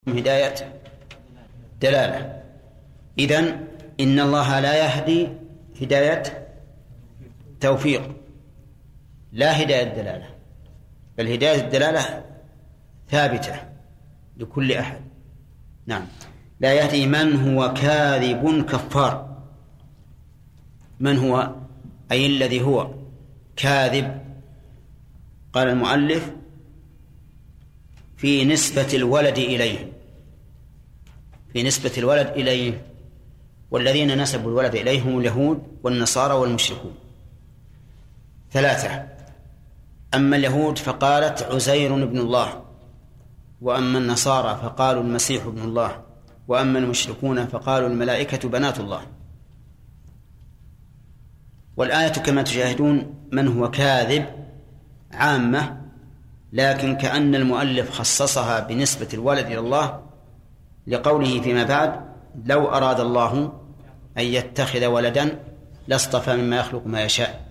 هداية دلالة. إذن إن الله لا يهدي هداية توفيق، لا هداية دلالة، بل هداية الدلالة ثابتة لكل أحد. نعم. لا يهدي من هو كاذب كفار. من هو أي الذي هو كاذب؟ قال المؤلف في نسبة الولد إليه، في نسبة الولد إليه، والذين نسبوا الولد إليه هم اليهود والنصارى والمشركون ثلاثة. أما اليهود فقالت عزير ابن الله، وأما النصارى فقالوا المسيح ابن الله، وأما المشركون فقالوا الملائكة بنات الله. والآية كما تشاهدون من هو كاذب عامة، لكن كأن المؤلف خصصها بنسبة الولد إلى الله لقوله فيما بعد لو أراد الله أن يتخذ ولدا لاصطفى مما يخلق ما يشاء.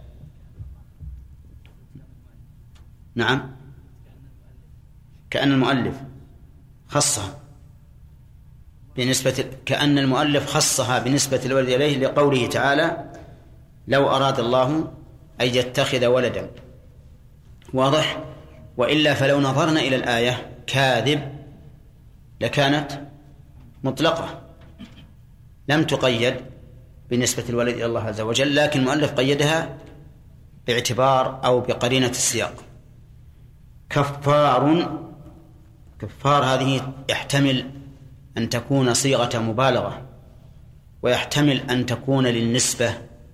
نعم، كأن المؤلف خصها بنسبة، كأن المؤلف خصها بنسبة الولد إليه لقوله تعالى لو أراد الله أن يتخذ ولدا. واضح؟ وإلا فلو نظرنا إلى الآية كاذب لكانت مطلقة لم تقيد بنسبة الولد إلى الله عز وجل، لكن المؤلف قيدها باعتبار أو بقرينة السياق. كفار، كفار هذه يحتمل أن تكون صيغة مبالغة، ويحتمل أن تكون للنسبة،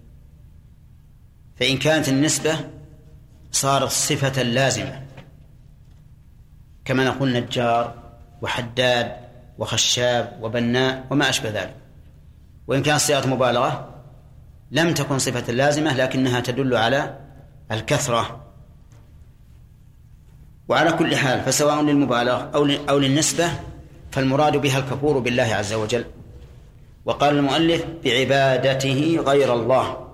فإن كانت النسبة صارت صفة لازمة كما نقول نجار وحداد وخشاب وبناء وما أشبه ذلك. وإن كانت صيغة مبالغة لم تكن صفة لازمة لكنها تدل على الكثرة. وعلى كل حال فسواء للمبالغة أو للنسبة فالمراد بها الكفور بالله عز وجل. وقال المؤلف بعبادته غير الله.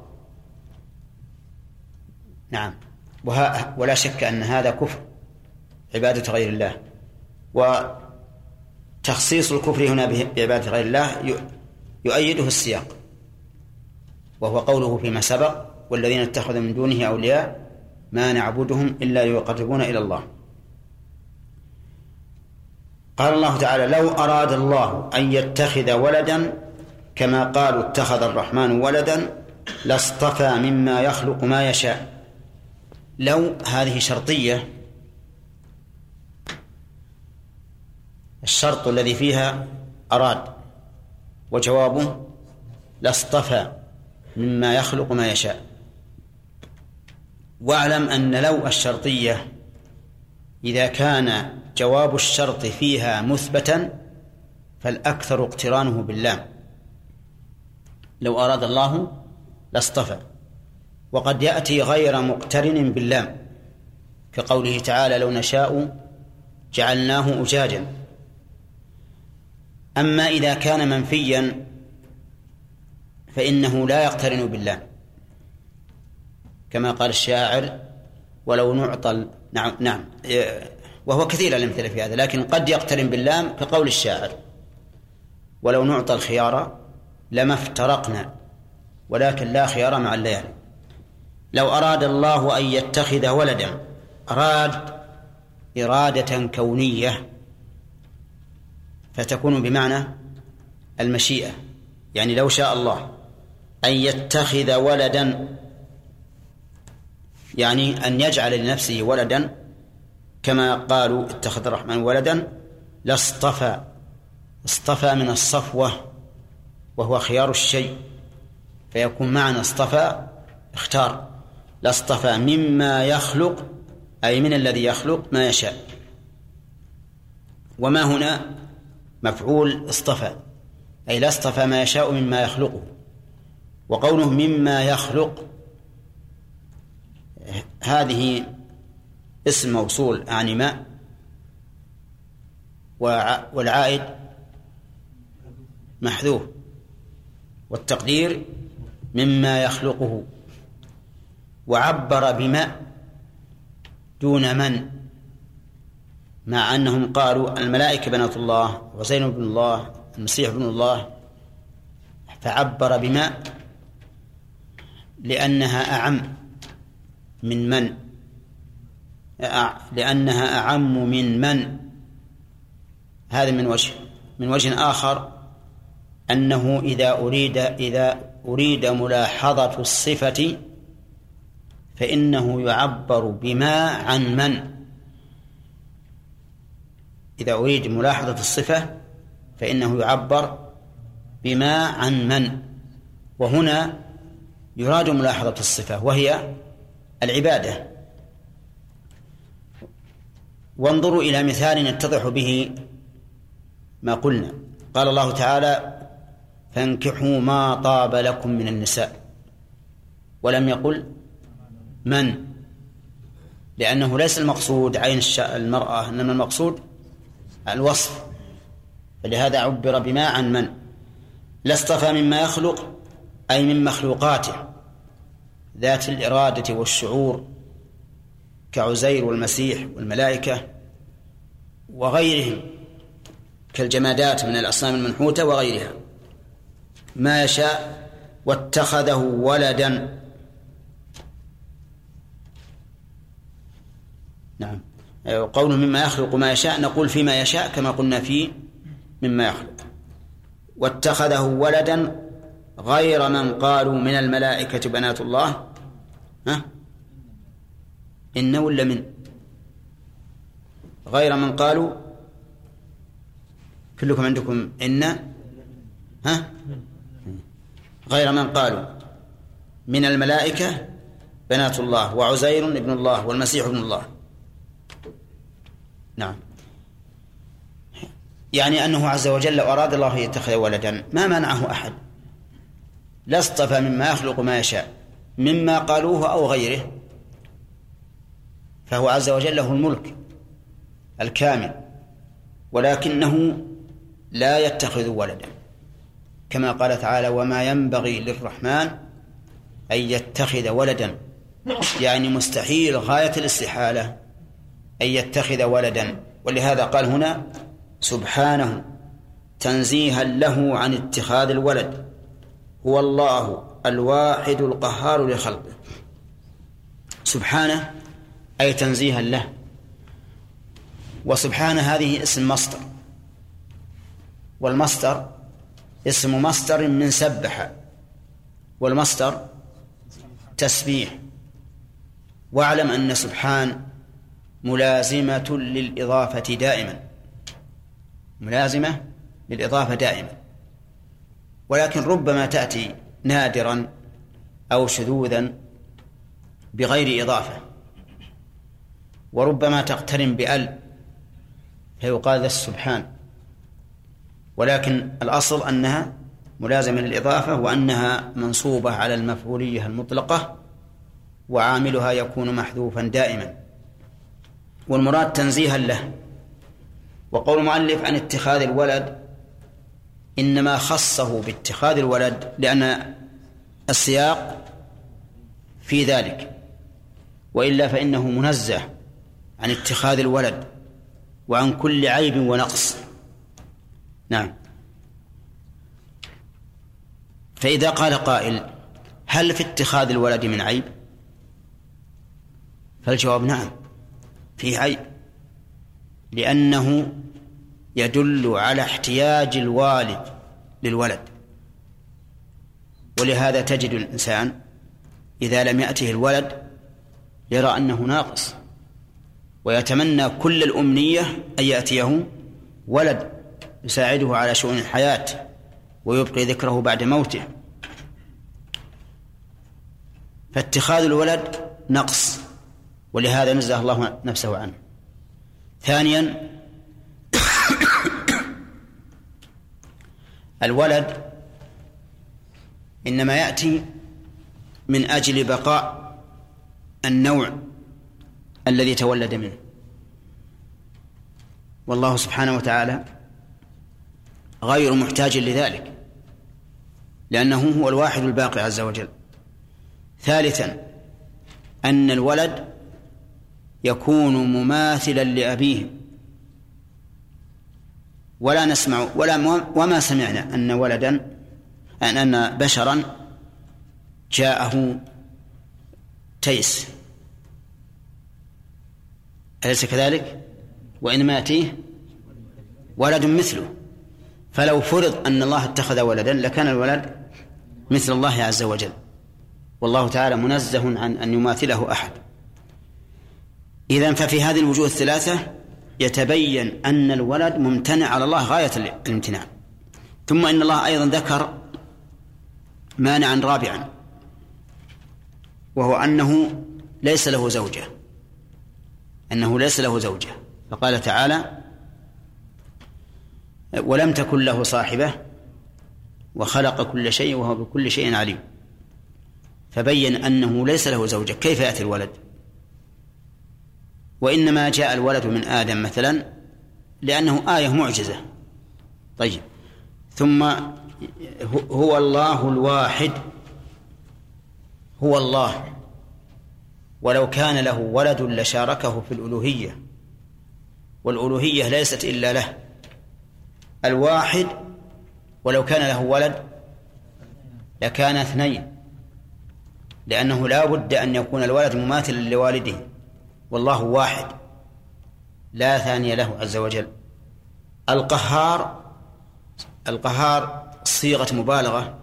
نعم، ولا شك أن هذا كفر، عبادة غير الله. وتخصيص الكفر هنا بعبادة غير الله يؤيده السياق، وهو قوله فيما سبق والذين اتخذوا من دونه أولياء ما نعبدهم إلا ليقربونا إلى الله. قال الله تعالى لو أراد الله أن يتخذ ولدا كما قالوا اتخذ الرحمن ولدا لاصطفى مما يخلق ما يشاء. لو هذه شرطية، الشرط الذي فيها أراد، وجوابه لاصطفى مما يخلق ما يشاء. واعلم أن لو الشرطية إذا كان جواب الشرط فيها مثبتا فالأكثر اقترانه باللام، لو أراد الله لاصطفى. وقد يأتي غير مقترن باللام كقوله تعالى لو نشاء جعلناه أجاجا. أما إذا كان منفيا فإنه لا يقترن باللام كما قال الشاعر ولو نعطى. نعم، وهو كثير الأمثلة في هذا، لكن قد يقترن باللام كقول الشاعر ولو نعطى الخيار لما افترقنا ولكن لا خيار مع الليالي. لو أراد الله أن يتخذ ولدا، أراد إرادة كونية فتكون بمعنى المشيئة، يعني لو شاء الله أن يتخذ ولدا يعني أن يجعل لنفسه ولدا كما قالوا اتخذ الرحمن ولدا لاصطفى. اصطفى من الصفوة وهو خيار الشيء، فيكون معنى اصطفى اختار. لاصطفى مما يخلق أي من الذي يخلق ما يشاء. وما هنا مفعول اصطفى، أي لاصطفى ما يشاء مما يخلقه. وقوله مما يخلق هذه اسم موصول أعني ما، والعائد محذوف، والتقدير مما يخلقه. وعبر بما دون من، مع أنهم قالوا الملائكة بنات الله وعزير بن الله المسيح بن الله، فعبر بما لأنها أعم من من، لأنها أعم من هذا من وجه. من وجه آخر أنه إذا أريد ملاحظة الصفة فإنه يعبر بما عن من. إذا أريد ملاحظة الصفة فإنه يعبر بما عن من، وهنا يراد ملاحظة الصفة وهي العبادة. وانظروا إلى مثال يتضح به ما قلنا. قال الله تعالى فانكحوا ما طاب لكم من النساء، ولم يقل من، لأنه ليس المقصود عين المرأة، إنما المقصود الوصف، فلهذا عبر بما عن من. لا اصطفى مما يخلق أي من مخلوقاته ذات الإرادة والشعور كعزير والمسيح والملائكة وغيرهم كالجمادات من الأصنام المنحوتة وغيرها ما يشاء. واتخذه ولدا، نعم، قوله مما يخلق ما يشاء نقول فيما يشاء كما قلنا فيه مما يخلق. واتخذه ولدا غير من قالوا من الملائكة بنات الله. إن ولا من؟ غير من قالوا، كلكم عندكم إن، غير من قالوا من الملائكة بنات الله وعزير ابن الله والمسيح ابن الله. نعم، يعني أنه عز وجل أراد الله يتخذ ولدا ما منعه أحد، لا اصطفى مما يخلق ما يشاء مما قالوه أو غيره، فهو عز وجل له الملك الكامل، ولكنه لا يتخذ ولدا كما قال تعالى وما ينبغي للرحمن أن يتخذ ولدا، يعني مستحيل غاية الاستحالة أن يتخذ ولدا. ولهذا قال هنا سبحانه تنزيها له عن اتخاذ الولد، هو الله الواحد القهار لخلقه. سبحانه أي تنزيها له، وسبحانه هذه اسم مصدر، والمصدر اسم مصدر من سبح، والمصدر تسبيح. واعلم أن سبحان ملازمة للإضافة دائما، ملازمة للإضافة دائما، ولكن ربما تأتي نادرا أو شذوذا بغير إضافة، وربما تقترن بأل فيقال السبحان، ولكن الأصل أنها ملازمة للإضافة وأنها منصوبة على المفعولية المطلقة وعاملها يكون محذوفا دائما، والمراد تنزيها له. وقول المؤلف عن اتخاذ الولد إنما خصه باتخاذ الولد لأن السياق في ذلك، وإلا فإنه منزه عن اتخاذ الولد وعن كل عيب ونقص. نعم. فإذا قال قائل هل في اتخاذ الولد من عيب؟ فالجواب نعم فيه عيب، لأنه يدل على احتياج الوالد للولد، ولهذا تجد الإنسان إذا لم يأته الولد يرى أنه ناقص، ويتمنى كل الأمنية أن يأتيه ولد يساعده على شؤون الحياة ويبقي ذكره بعد موته. فاتخاذ الولد نقص، ولهذا نزه الله نفسه عنه. ثانيا الولد إنما يأتي من أجل بقاء النوع الذي تولد منه، والله سبحانه وتعالى غير محتاج لذلك لأنه هو الواحد الباقي عز وجل. ثالثا أن الولد يكون مماثلا لأبيه ولا نسمع وما سمعنا أن ولدا أن بشرا جاءه تيس، أليس كذلك؟ وإنما يأتيه ولد مثله. فلو فرض أن الله اتخذ ولدا لكان الولد مثل الله عز وجل، والله تعالى منزه عن أن يماثله أحد. إذن ففي هذه الوجوه الثلاثة يتبين أن الولد ممتنع على الله غاية الامتناع. ثم إن الله أيضا ذكر مانعا رابعا، وهو أنه ليس له زوجة، فقال تعالى: ولم تكن له صاحبة وخلق كل شيء وهو بكل شيء عليم. فبين أنه ليس له زوجة، كيف يأتي الولد؟ وإنما جاء الولد من آدم مثلا لأنه آية معجزة. طيب، ثم هو الله الواحد، هو الله، ولو كان له ولد لشاركه في الألوهية، والألوهية ليست إلا له. الواحد ولو كان له ولد لكان اثنين، لأنه لا بد أن يكون الولد مماثلا لوالده، والله واحد لا ثاني له عز وجل. القهار صيغة مبالغة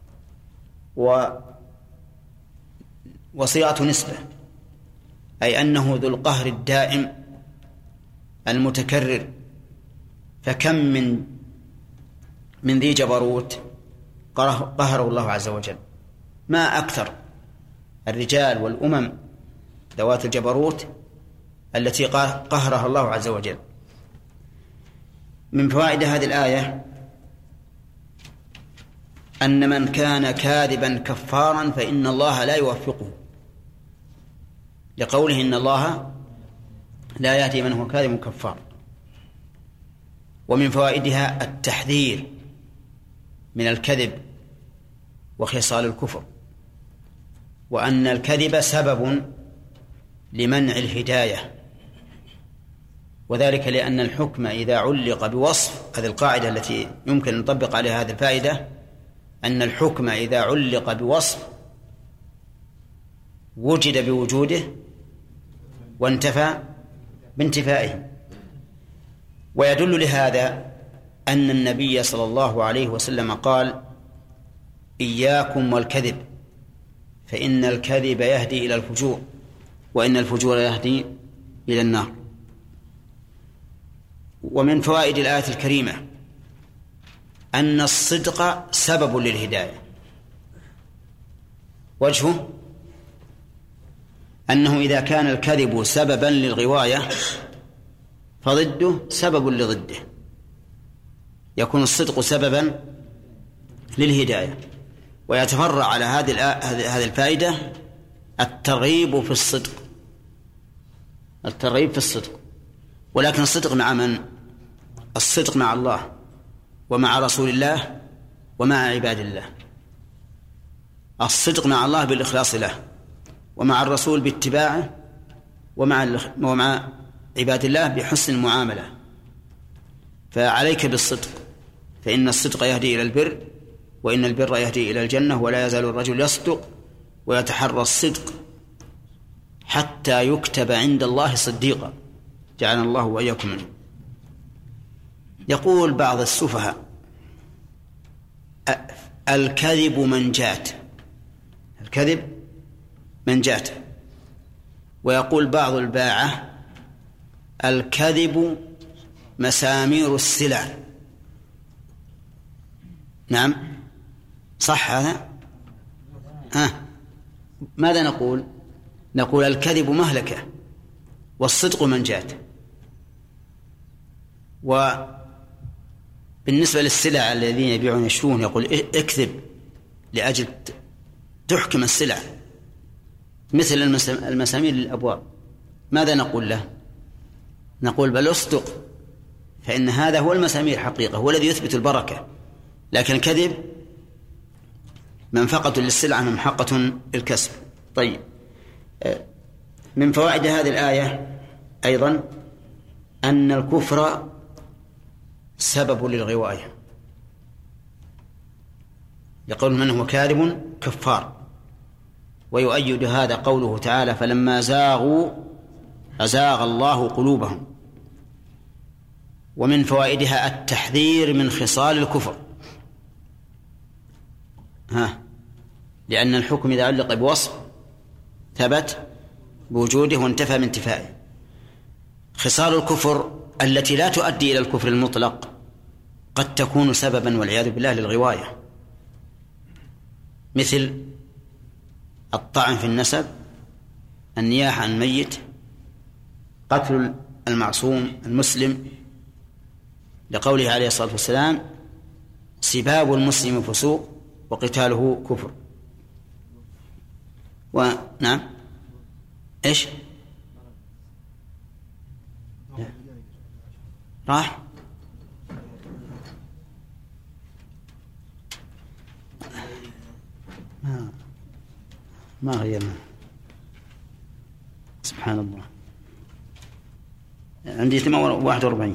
وصيغة نسبة، أي أنه ذو القهر الدائم المتكرر. فكم من ذي جبروت قهره الله عز وجل، ما أكثر الرجال والأمم ذوات الجبروت التي قهرها الله عز وجل. من فوائد هذه الآية أن من كان كاذبا كفارا فإن الله لا يوفقه، لقوله إن الله لا يهدي من هو كاذب كفار. ومن فوائدها التحذير من الكذب وخصال الكفر، وأن الكذب سبب لمنع الهداية، وذلك لأن الحكم إذا علق بوصف، هذه القاعدة التي يمكن أن نطبق عليها هذه الفائدة، أن الحكم إذا علق بوصف وجد بوجوده وانتفى بانتفائه. ويدل لهذا أن النبي صلى الله عليه وسلم قال: إياكم والكذب فإن الكذب يهدي إلى الفجور وإن الفجور يهدي إلى النار. ومن فوائد الآية الكريمة أن الصدق سبب للهداية. وجهه أنه إذا كان الكذب سببا للغواية فضده سبب لضده، يكون الصدق سببا للهداية. ويتفرع على هذه الفائدة الترغيب في الصدق، ولكن الصدق مع من؟ الصدق مع الله ومع رسول الله ومع عباد الله. الصدق مع الله بالإخلاص له، ومع الرسول باتباعه، ومع عباد الله بحسن المعاملة. فعليك بالصدق، فإن الصدق يهدي إلى البر، وإن البر يهدي إلى الجنة، ولا يزال الرجل يصدق ويتحرى الصدق حتى يكتب عند الله صديقا، جعلنا الله وإياكم منه. يقول بعض السفهاء: الكذب منجات. ويقول بعض الباعة: الكذب مسامير السلع. نعم، صح هذا؟ ماذا نقول؟ نقول الكذب مهلكة والصدق منجاة. وبالنسبة للسلع الذين يبيعون يشترون يقول اكذب لأجل تحكم السلع، مثل المسامير للأبواب. ماذا نقول له؟ نقول بل اصدق، فإن هذا هو المسامير حقيقة، هو الذي يثبت البركة. لكن الكذب منفقة للسلعة ممحقة للكسب. طيب، من فوائد هذه الآية أيضا أن الكفر سبب للغواية، يقول من هو كاذب كفار. ويؤيد هذا قوله تعالى فلما زاغوا أزاغ الله قلوبهم. ومن فوائدها التحذير من خصال الكفر، لأن الحكم إذا علق بوصف ثبت بوجوده وانتفى من انتفائه. خصال الكفر التي لا تؤدي إلى الكفر المطلق قد تكون سببا والعياذ بالله للغواية، مثل الطعن في النسب، النياحة عن الميت، قتل المعصوم المسلم، لقوله عليه الصلاة والسلام سباب المسلم فسوق وقتاله كفر. ونعم إيش راح ما غيرنا، سبحان الله. عندي 41.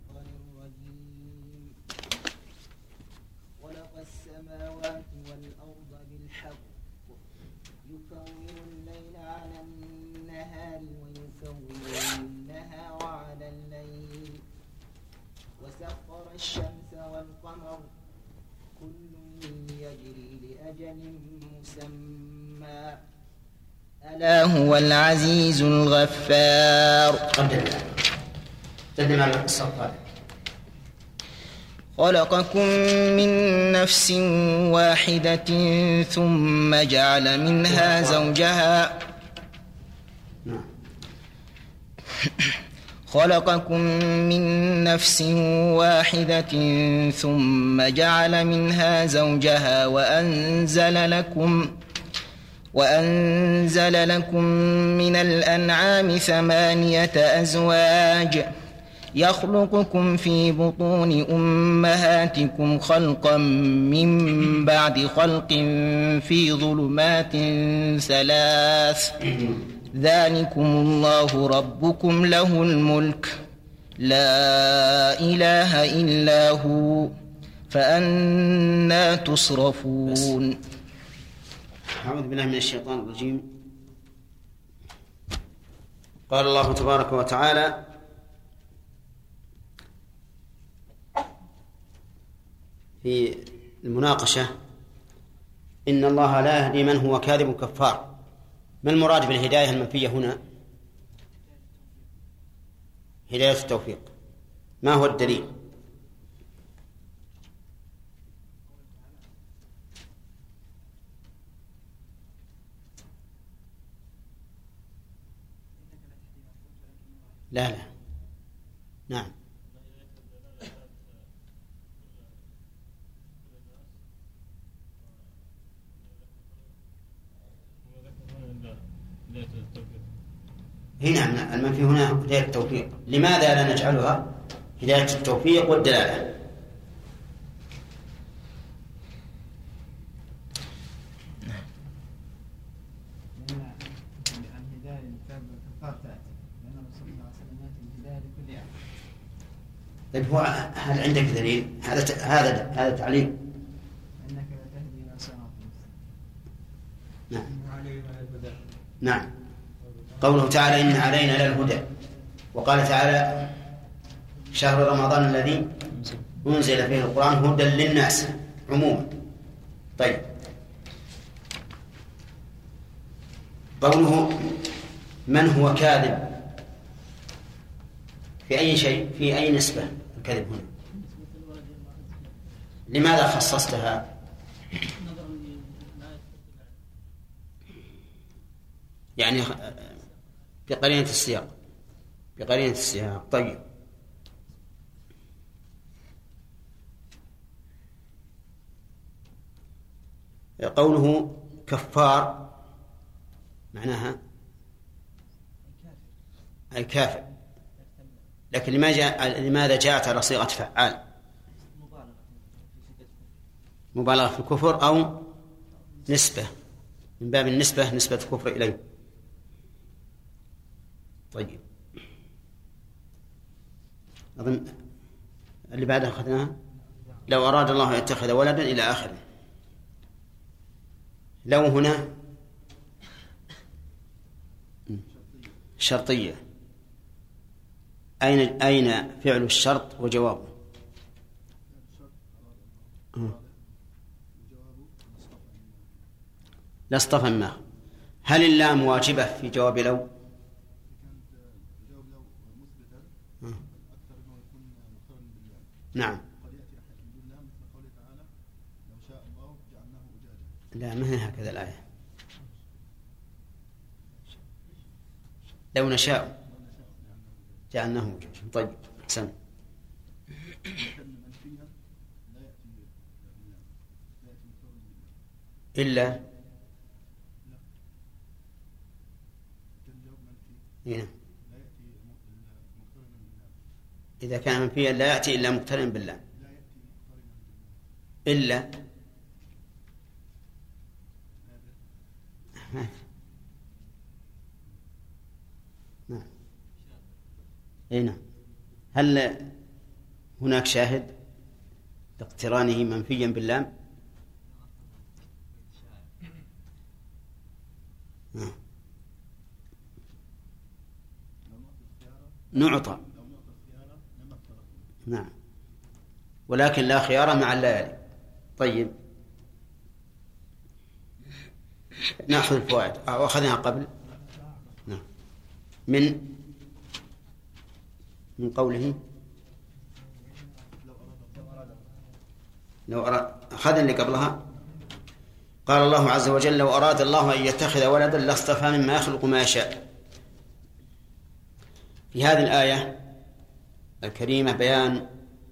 خلق السماوات والأرض بالحق يكور الليل على النهار ويكور النهار على الليل وسخر الشمس والقمر كل يجري لأجل مسمى ألا هو العزيز الغفار. قدم على الصفات. خلقكم من نفس واحدة ثم جعل منها زوجها خلقكم من نفس واحدة ثم جعل منها زوجها وأنزل لكم من الأنعام 8 أزواج يخلقكم في بطون أمهاتكم خلقا من بعد خلق في ظلمات 3 ذلكم الله ربكم له الملك لا إله إلا هو فأنى تصرفون. أعوذ بالله من الشيطان الرجيم. قال الله تبارك وتعالى في المناقشة إن الله لا يهدي من هو كاذب كفار. ما المراد بالهداية المنفية هنا؟ هداية التوفيق. ما هو الدليل؟ لا نعم هنا المنفي هنا هداية التوفيق. لماذا لا نجعلها هداية التوفيق والدلالة؟ طيب هو هل عندك دليل؟ هذا تعليم. إنك لا تهدي إلى صراط مستقيم. نعم. قوله تعالى إن علينا للهدى، وقال تعالى شهر رمضان الذي أنزل فيه القرآن هدى للناس عموما. طيب قوله من هو كاذب في أي شيء، في أي نسبة الكذب هنا؟ لماذا خصصتها؟ يعني بقرينة السياق. طيب قوله كفار معناها أي كافر، لكن لماذا جاءت على صيغة فعال؟ مبالغة في الكفر أو نسبة، من باب النسبة، نسبة الكفر إليه. طيب أظن اللي بعدها أخذناها لو أراد الله أن يتخذ ولدا إلى آخره. لو هنا شرطية، أين فعل الشرط وجوابه؟ لاصطفى ما. هل اللام واجبة في جواب لو؟ نعم. لا، ما هي هكذا الآية. لو نشاء جعلناه أجاجا. طيب أحسن. إلا هنا إذا كان منفيا لا يأتي إلا مقترنا بالله. إلا نعم. هنا هل هناك شاهد لاقترانه منفيا باللام؟ نعطى. نعم، ولكن لا خيار مع الليالي. طيب نأخذ الفوائد. أخذناها قبل. نعم. من قوله لو أراد، أخذ اللي قبلها. قال الله عز وجل لو أراد الله أن يتخذ ولدا لاصطفى مما يخلق ما يشاء. في هذه الآية الكريمة بيان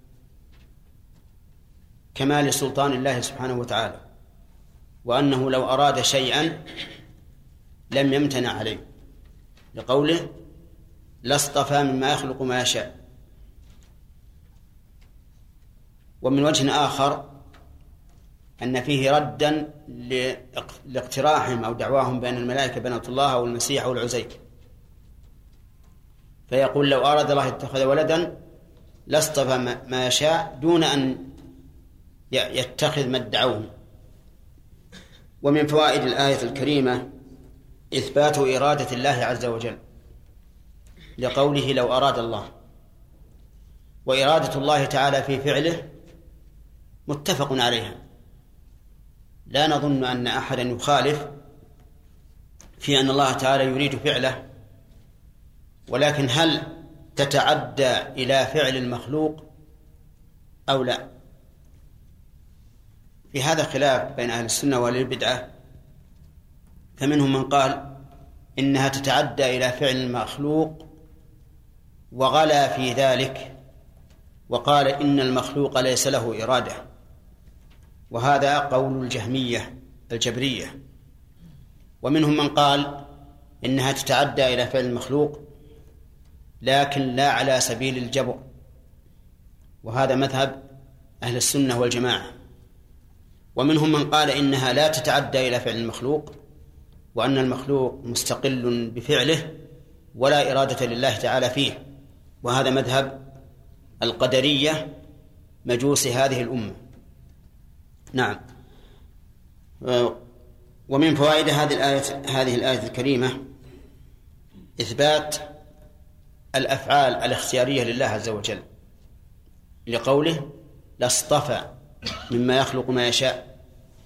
كمال سلطان الله سبحانه وتعالى، وأنه لو أراد شيئا لم يمتنع عليه، لقوله لاصطفى مما يخلق ما يشاء. ومن وجه آخر أن فيه ردا لاقتراحهم أو دعواهم بأن الملائكة بنات الله أو المسيح أو العزير، فيقول لو أراد الله اتخذ ولدا لاصطفى ما يشاء دون أن يتخذ ما ادعوه. ومن فوائد الآية الكريمة إثبات إرادة الله عز وجل، لقوله لو أراد الله، وإرادة الله تعالى في فعله متفق عليها، لا نظن أن أحدا يخالف في أن الله تعالى يريد فعله، ولكن هل تتعدى إلى فعل المخلوق أو لا؟ في هذا خلاف بين أهل السنة وأهل البدعة، فمنهم من قال إنها تتعدى إلى فعل المخلوق وغلا في ذلك وقال إن المخلوق ليس له إرادة، وهذا قول الجهمية الجبرية. ومنهم من قال إنها تتعدى إلى فعل المخلوق لكن لا على سبيل الجبر، وهذا مذهب أهل السنة والجماعة. ومنهم من قال إنها لا تتعدى إلى فعل المخلوق، وأن المخلوق مستقل بفعله ولا إرادة لله تعالى فيه، وهذا مذهب القدرية مجوس هذه الأمة. نعم. ومن فوائد هذه الآية الكريمة إثبات الأفعال الاختيارية لله عز وجل، لقوله لاصطفى مما يخلق ما يشاء.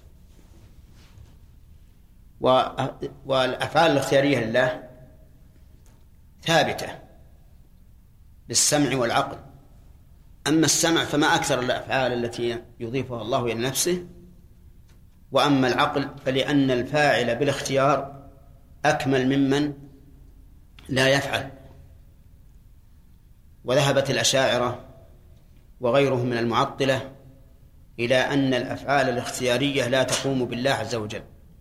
والأفعال الاختيارية لله ثابتة بالسمع والعقل. أما السمع فما أكثر الأفعال التي يضيفها الله إلى نفسه، وأما العقل فلأن الفاعل بالاختيار أكمل ممن لا يفعل. وذهبت الأشاعرة وغيرهم من المعطلة إلى أن الأفعال الاختيارية لا تقوم بالله عز وجل،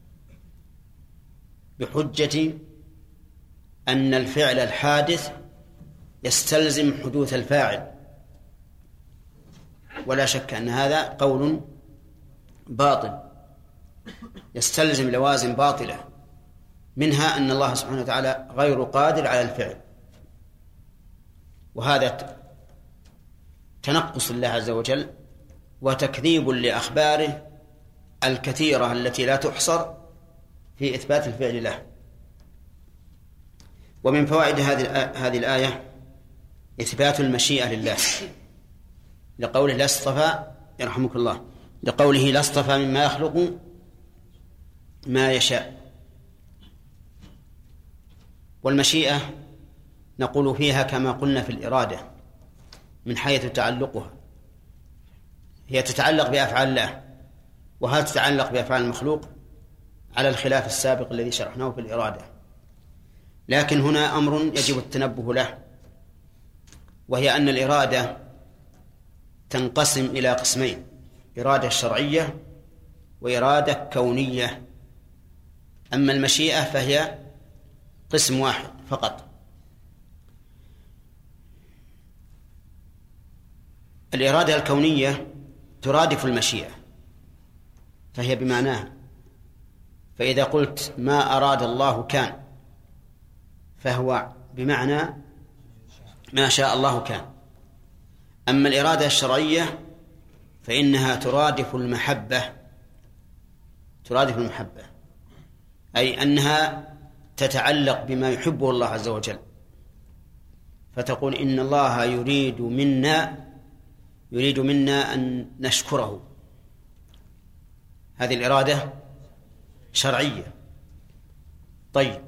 بحجة أن الفعل الحادث يستلزم حدوث الفاعل، ولا شك أن هذا قول باطل يستلزم لوازم باطلة، منها أن الله سبحانه وتعالى غير قادر على الفعل، وهذا تنقص الله عز وجل وتكذيب لأخباره الكثيرة التي لا تحصر في إثبات الفعل له. ومن فوائد هذه الآية إثبات المشيئة لله، لقوله لا اصطفى يرحمك الله، لقوله لا اصطفى مما يخلق ما يشاء. والمشيئة نقول فيها كما قلنا في الإرادة من حيث تعلقها، هي تتعلق بأفعال الله، وهل تتعلق بأفعال المخلوق على الخلاف السابق الذي شرحناه في الإرادة. لكن هنا أمر يجب التنبه له، وهي أن الإرادة تنقسم إلى قسمين: إرادة شرعية وإرادة كونية. أما المشيئة فهي قسم واحد فقط. الإرادة الكونية ترادف المشيئة فهي بمعناها، فإذا قلت ما أراد الله كان فهو بمعنى ما شاء الله كان. أما الإرادة الشرعية فإنها ترادف المحبة، أي أنها تتعلق بما يحبه الله عز وجل، فتقول إن الله يريد منا أن نشكره. هذه الإرادة شرعية. طيب،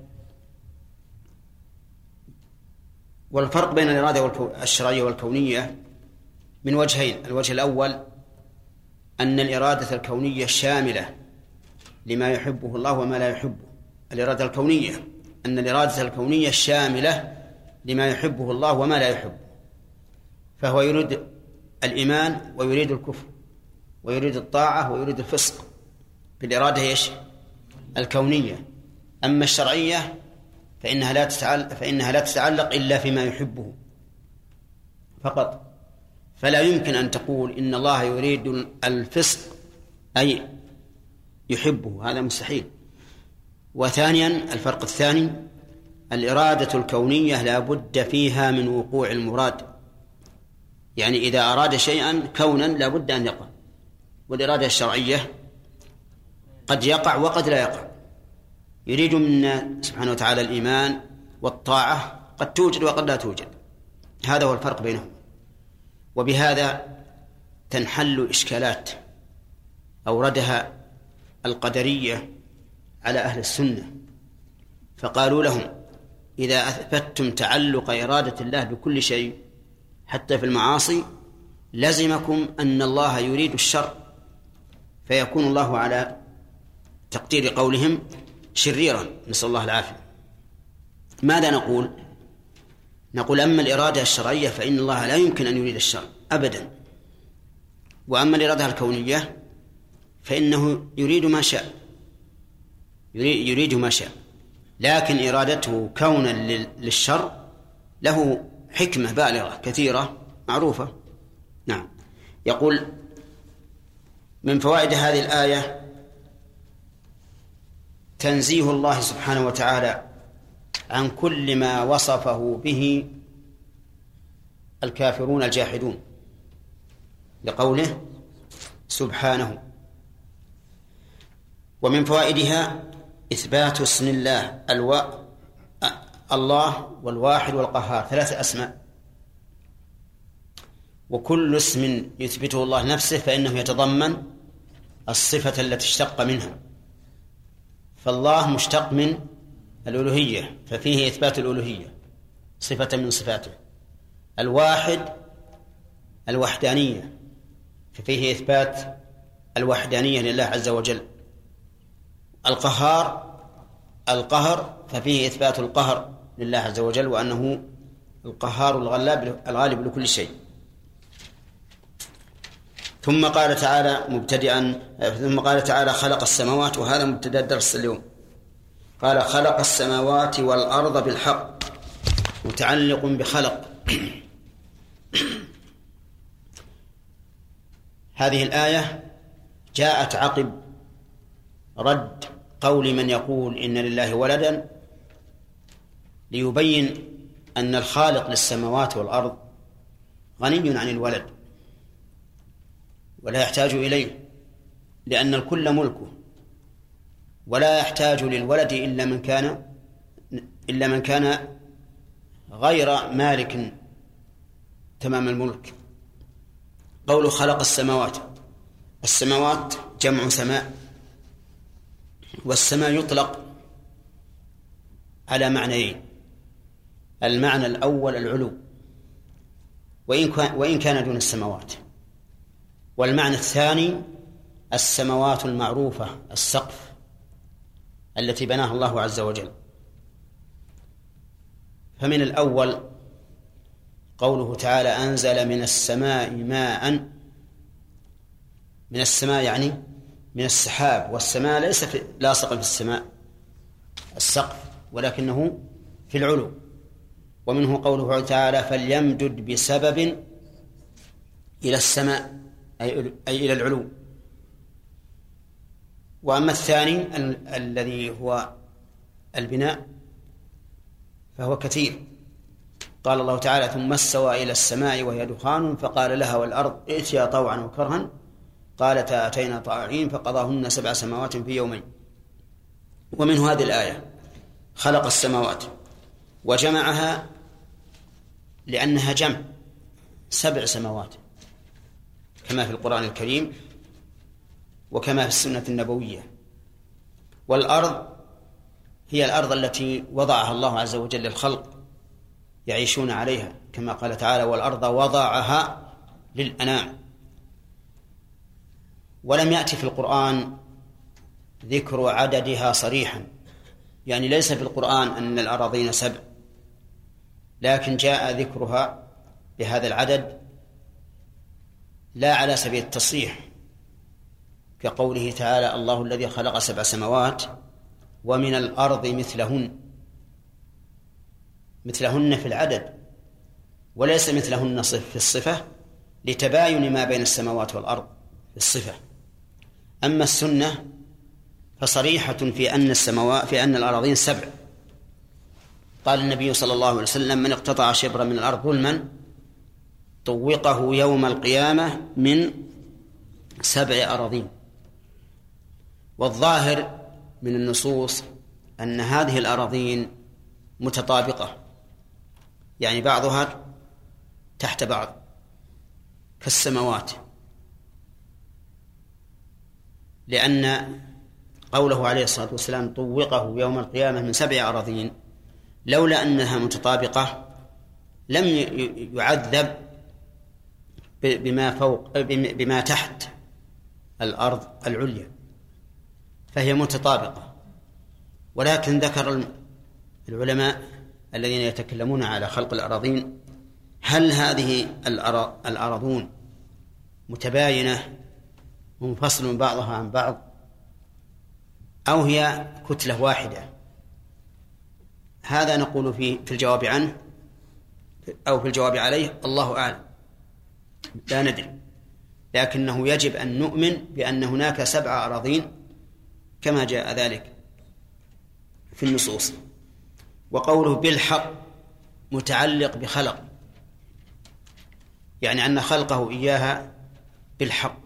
والفرق بين الإرادة الشرعية والكونية من وجهين: الوجه الأول أن الإرادة الكونية شاملة لما يحبه الله وما لا يحبه. الإرادة الكونية أن الإرادة الكونية شاملة لما يحبه الله وما لا يحبه، فهو يريد الإيمان ويريد الكفر ويريد الطاعة ويريد الفسق بالإرادة الكونية. أما الشرعية فإنها لا تتعلق إلا فيما يحبه فقط، فلا يمكن أن تقول إن الله يريد الفسق أي يحبه، هذا مستحيل. وثانيا الفرق الثاني: الإرادة الكونية لا بد فيها من وقوع المراد، يعني إذا أراد شيئا كونا لا بد أن يقع. والإرادة الشرعية قد يقع وقد لا يقع، يريد منا سبحانه وتعالى الإيمان والطاعة، قد توجد وقد لا توجد. هذا هو الفرق بينهم. وبهذا تنحل إشكالات أوردها القدرية على أهل السنة، فقالوا لهم: إذا أثبتتم تعلق إرادة الله بكل شيء حتى في المعاصي لزمكم أن الله يريد الشر، فيكون الله على تقدير قولهم شريرا، نسأل الله العافية. ماذا نقول؟ نقول: أما الإرادة الشرعية فإن الله لا يمكن أن يريد الشر أبدا، وأما الإرادة الكونية فإنه يريد ما شاء، لكن إرادته كونا للشر له حكمة بالغة كثيرة معروفة. نعم. يقول: من فوائد هذه الآية تنزيه الله سبحانه وتعالى عن كل ما وصفه به الكافرون الجاحدون، لقوله سبحانه. ومن فوائدها إثبات اسم الله الله والواحد والقهار، 3 أسماء، وكل اسم يثبته الله نفسه فإنه يتضمن الصفة التي اشتق منها. فالله مشتق من الألوهية ففيه إثبات الألوهية صفة من صفاته. الواحد الوحدانية ففيه إثبات الوحدانية لله عز وجل. القهر ففيه إثبات القهر لله عز وجل، وأنه القهار الغالب لكل شيء. ثم قال تعالى خلق السماوات، وهذا مبتدأ الدرس اليوم. قال خلق السماوات والأرض بالحق، متعلق بخلق. هذه الآية جاءت عقب رد قول من يقول إن لله ولدا، ليبين أن الخالق للسماوات والأرض غني عن الولد، ولا يحتاج إليه، لأن الكل ملكه، ولا يحتاج للولد إلا من كان غير مالك تمام الملك. قوله خلق السماوات، السماوات جمع سماء، والسماء يطلق على معنيين: المعنى الأول العلو وإن كان دون السماوات، والمعنى الثاني السماوات المعروفة، السقف التي بناها الله عز وجل. فمن الأول قوله تعالى أنزل من السماء ماء، من السماء يعني من السحاب، والسماء ليس لاصقا في السماء السقف ولكنه في العلو. ومنه قوله تعالى فليمدد بسبب إلى السماء أي إلى العلو. وأما الثاني الذي هو البناء فهو كثير. قال الله تعالى ثم استوى إلى السماء وهي دخان فقال لها والأرض ائتيا طوعا وكرها قالتا أتينا طائعين فقضاهن 7 سماوات في يومين. ومنه هذه الآية خلق السماوات، وجمعها لأنها جمع 7 سماوات كما في القرآن الكريم وكما في السنة النبوية. والأرض هي الأرض التي وضعها الله عز وجل للخلق يعيشون عليها، كما قال تعالى والأرض وضعها للأنام. ولم يأتي في القرآن ذكر عددها صريحا، يعني ليس في القرآن أن الأراضين 7، لكن جاء ذكرها بهذا العدد لا على سبيل التصريح، كقوله تعالى الله الذي خلق 7 سماوات ومن الأرض مثلهن في العدد، وليس مثلهن في الصفة لتباين ما بين السماوات والأرض في الصفة. أما السنة فصريحة في أن الأراضين 7. قال النبي صلى الله عليه وسلم من اقتطع شبرا من الأرض ظلما طوقه يوم القيامة من 7 أراضين. والظاهر من النصوص أن هذه الأراضين متطابقة، يعني بعضها تحت بعض كالسماوات، لأن قوله عليه الصلاة والسلام طوقه يوم القيامة من 7 أراضين لولا أنها متطابقة لم يعذب بما تحت الأرض العليا، فهي متطابقة. ولكن ذكر العلماء الذين يتكلمون على خلق الأراضين هل هذه الأراضون متباينة منفصل بعضها عن بعض أو هي كتلة واحدة؟ هذا نقول في الجواب عنه أو في الجواب عليه الله أعلم، لا ندري، لكنه يجب أن نؤمن بأن هناك 7 أراضين كما جاء ذلك في النصوص. وقوله بالحق متعلق بخلق، يعني أن خلقه إياها بالحق.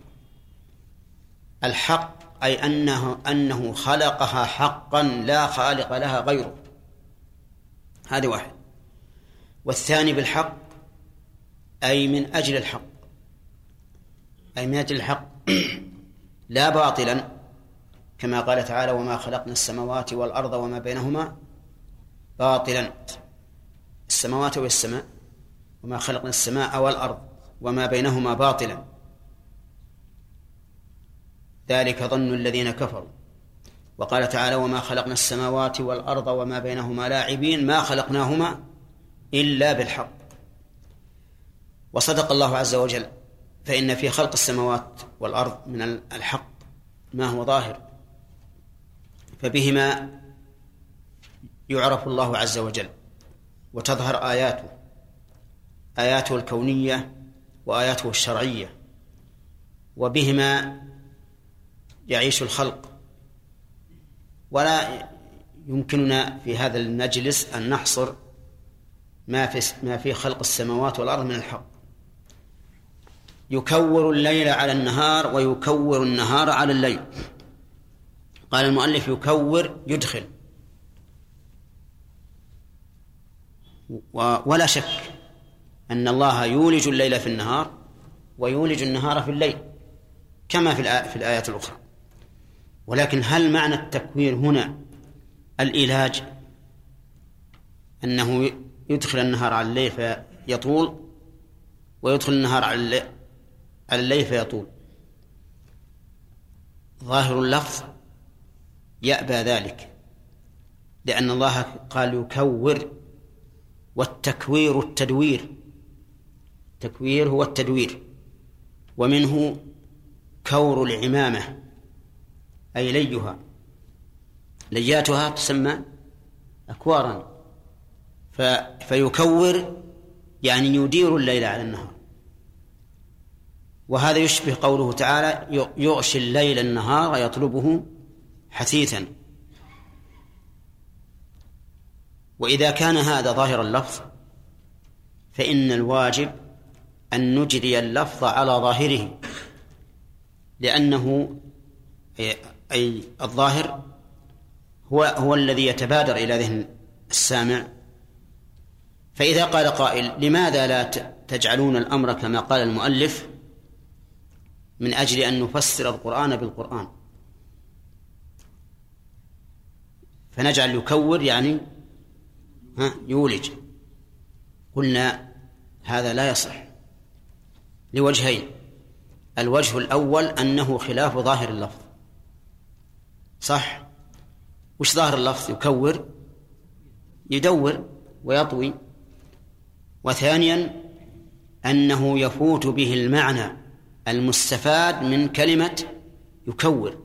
الحق أي أنه خلقها حقا لا خالق لها غيره، هذا واحد. والثاني بالحق أي من أجل الحق، أي من أجل الحق لا باطلا، كما قال تعالى وما خلقنا السماوات والأرض وما بينهما باطلا. السماوات والسماء، وما خلقنا السماء والأرض وما بينهما باطلا، ذلك ظن الذين كفروا. وقال تعالى وما خلقنا السماوات والأرض وما بينهما لاعبين ما خلقناهما إلا بالحق. وصدق الله عز وجل، فإن في خلق السماوات والأرض من الحق ما هو ظاهر، فبهما يعرف الله عز وجل وتظهر آياته الكونية وآياته الشرعية، وبهما يعيش الخلق. ولا يمكننا في هذا المجلس أن نحصر ما في خلق السماوات والأرض من الحق، يكور الليل على النهار ويكور النهار على الليل. قال المؤلف يكور يدخل، ولا شك أن الله يولج الليل في النهار ويولج النهار في الليل كما في الآيات الأخرى. ولكن هل معنى التكوير هنا الإيلاج، أنه يدخل النهار على الليل فيطول ويدخل النهار على الليل فيطول؟ ظاهر اللفظ يأبى ذلك، لأن الله قال يكور، والتكوير التدوير، التكوير هو التدوير، ومنه كور العمامة أي ليها، لياتها تسمى أكوارا، فيكور يعني يدير الليل على النهار. وهذا يشبه قوله تعالى يغشي الليل النهار يطلبه حثيثا. وإذا كان هذا ظاهر اللفظ فإن الواجب أن نجري اللفظ على ظاهره، لأنه أي الظاهر هو الذي يتبادر إلى ذهن السامع. فإذا قال قائل لماذا لا تجعلون الأمر كما قال المؤلف من أجل أن نفسر القرآن بالقرآن، فنجعل يكور يعني يولج؟ قلنا هذا لا يصح لوجهين. الوجه الأول أنه خلاف ظاهر اللفظ، صح؟ وش ظاهر اللفظ؟ يكور يدور ويطوي. وثانيا أنه يفوت به المعنى المستفاد من كلمة يكور.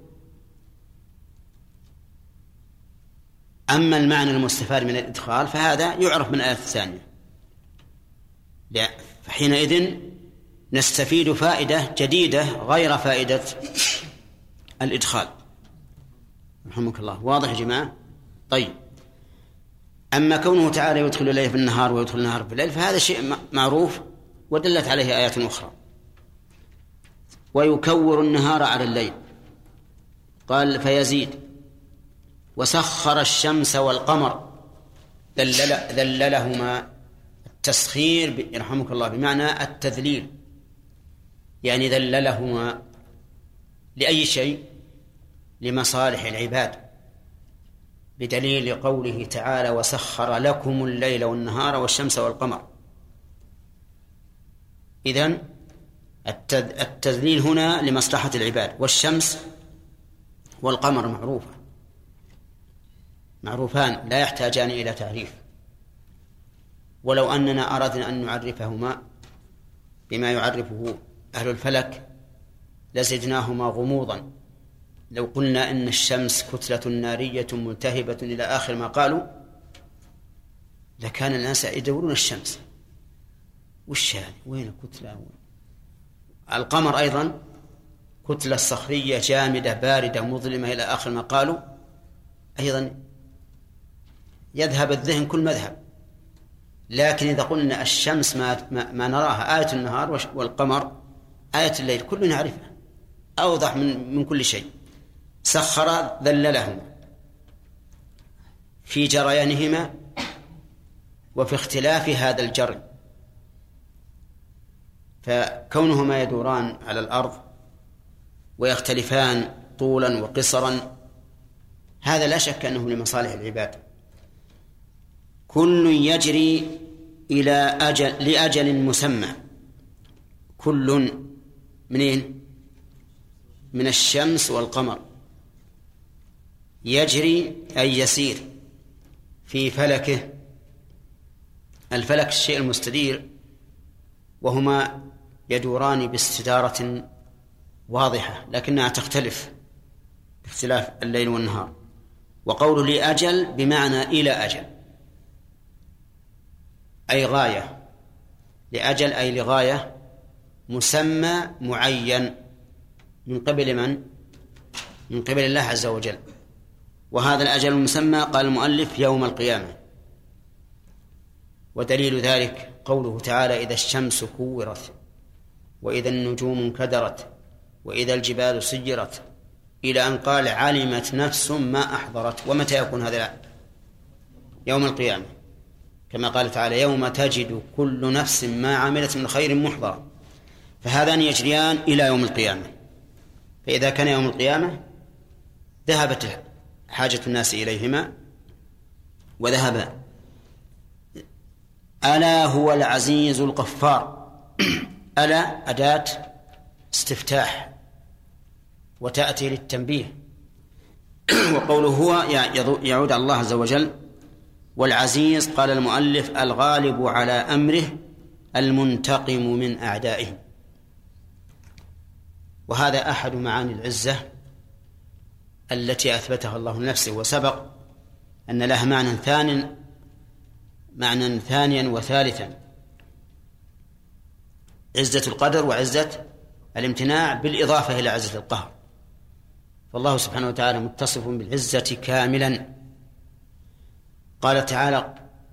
أما المعنى المستفاد من الإدخال فهذا يعرف من الآية الثانية، فحينئذ نستفيد فائدة جديدة غير فائدة الإدخال. رحمك الله. واضح يا جماعة؟ طيب، أما كونه تعالى يدخل الليل في النهار ويدخل النهار في الليل فهذا شيء معروف ودلت عليه آيات أخرى. ويكور النهار على الليل، قال فيزيد. وسخر الشمس والقمر، ذللهما. التسخير يرحمك الله بمعنى التذليل، يعني ذللهما لأي شيء؟ لمصالح العباد، بدليل قوله تعالى وسخر لكم الليل والنهار والشمس والقمر. إذن التذليل هنا لمصلحة العباد. والشمس والقمر معروفان لا يحتاجان إلى تعريف، ولو أننا أردنا أن نعرفهما بما يعرفه أهل الفلك لزدناهما غموضا. لو قلنا إن الشمس كتلة نارية ملتهبة إلى آخر ما قالوا لكان الناس يدورون الشمس، وش يعني وين كتلة؟ القمر أيضا كتلة صخرية جامدة باردة مظلمة إلى آخر ما قالوا، أيضا يذهب الذهن كل مذهب. لكن إذا قلنا الشمس ما نراها آية النهار والقمر آية الليل كلنا نعرفها أوضح من كل شيء. سخر ذللهما في جريانهما وفي اختلاف هذا الجري، فكونهما يدوران على الأرض ويختلفان طولا وقصرا هذا لا شك أنه لمصالح العباد. كل يجري لأجل مسمى. كل منين؟ من الشمس والقمر. يجري أي يسير في فلكه. الفلك الشيء المستدير، وهما يدوران باستدارة واضحة لكنها تختلف باختلاف الليل والنهار. وقوله لأجل بمعنى إلى أجل أي غاية. لأجل أي لغاية مسمى معين من قبل من؟ من قبل الله عز وجل. وهذا الأجل المسمى قال المؤلف يوم القيامة. ودليل ذلك قوله تعالى إذا الشمس كورت وإذا النجوم انكدرت وإذا الجبال سيرت، إلى أن قال علمت نفس ما أحضرت. ومتى يكون هذا؟ يوم القيامة، كما قال تعالى يوم تجد كل نفس ما عملت من خير محضرا. فهذان يجريان إلى يوم القيامة. فإذا كان يوم القيامة ذهبت حاجة الناس إليهما وذهبا. ألا هو العزيز الغفار. ألا أداة استفتاح وتأتي للتنبيه. وقوله هو يعود على الله عز وجل. والعزيز قال المؤلف الغالب على أمره المنتقم من أعدائه. وهذا أحد معاني العزة التي أثبتها الله لنفسه، وسبق أن لها معنى ثانيا وثالثا: عزة القدر وعزة الامتناع بالإضافة إلى عزة القهر. فالله سبحانه وتعالى متصف بالعزة كاملا. قال تعالى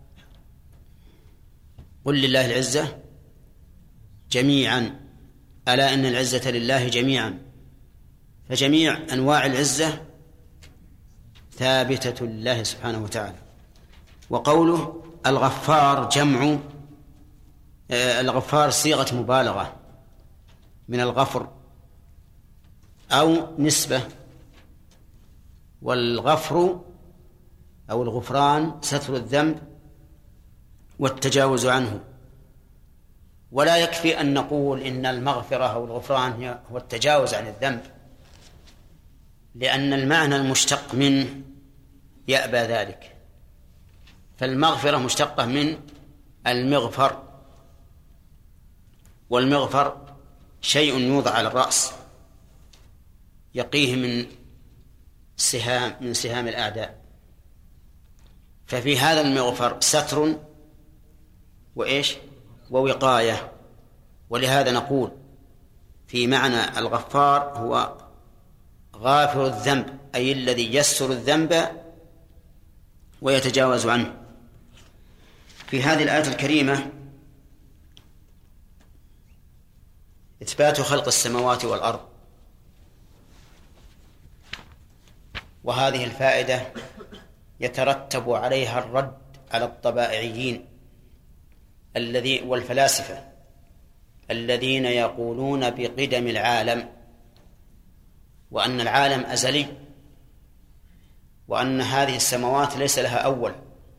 قل لله العزة جميعا ألا إن العزة لله جميعا. فجميع أنواع العزة ثابتة لله سبحانه وتعالى. وقوله الغفار جمع الغفار صيغة مبالغة من الغفر أو نسبة. والغفر أو الغفران ستر الذنب والتجاوز عنه. ولا يكفي أن نقول إن المغفرة أو الغفران هو التجاوز عن الذنب، لأن المعنى المشتق منه يأبى ذلك. فالمغفرة مشتقة من المغفر، والمغفر شيء يوضع على الرأس يقيه من سهام الأعداء. ففي هذا المغفر ستر ووقاية. ولهذا نقول في معنى الغفار هو غافر الذنب، أي الذي يسر الذنب ويتجاوز عنه. في هذه الآية الكريمة إثبات خلق السماوات والأرض، وهذه الفائدة يترتب عليها الرد على الطبائعيين والفلاسفة الذين يقولون بقدم العالم، وأن العالم أزلي، وأن هذه السماوات ليس لها أول،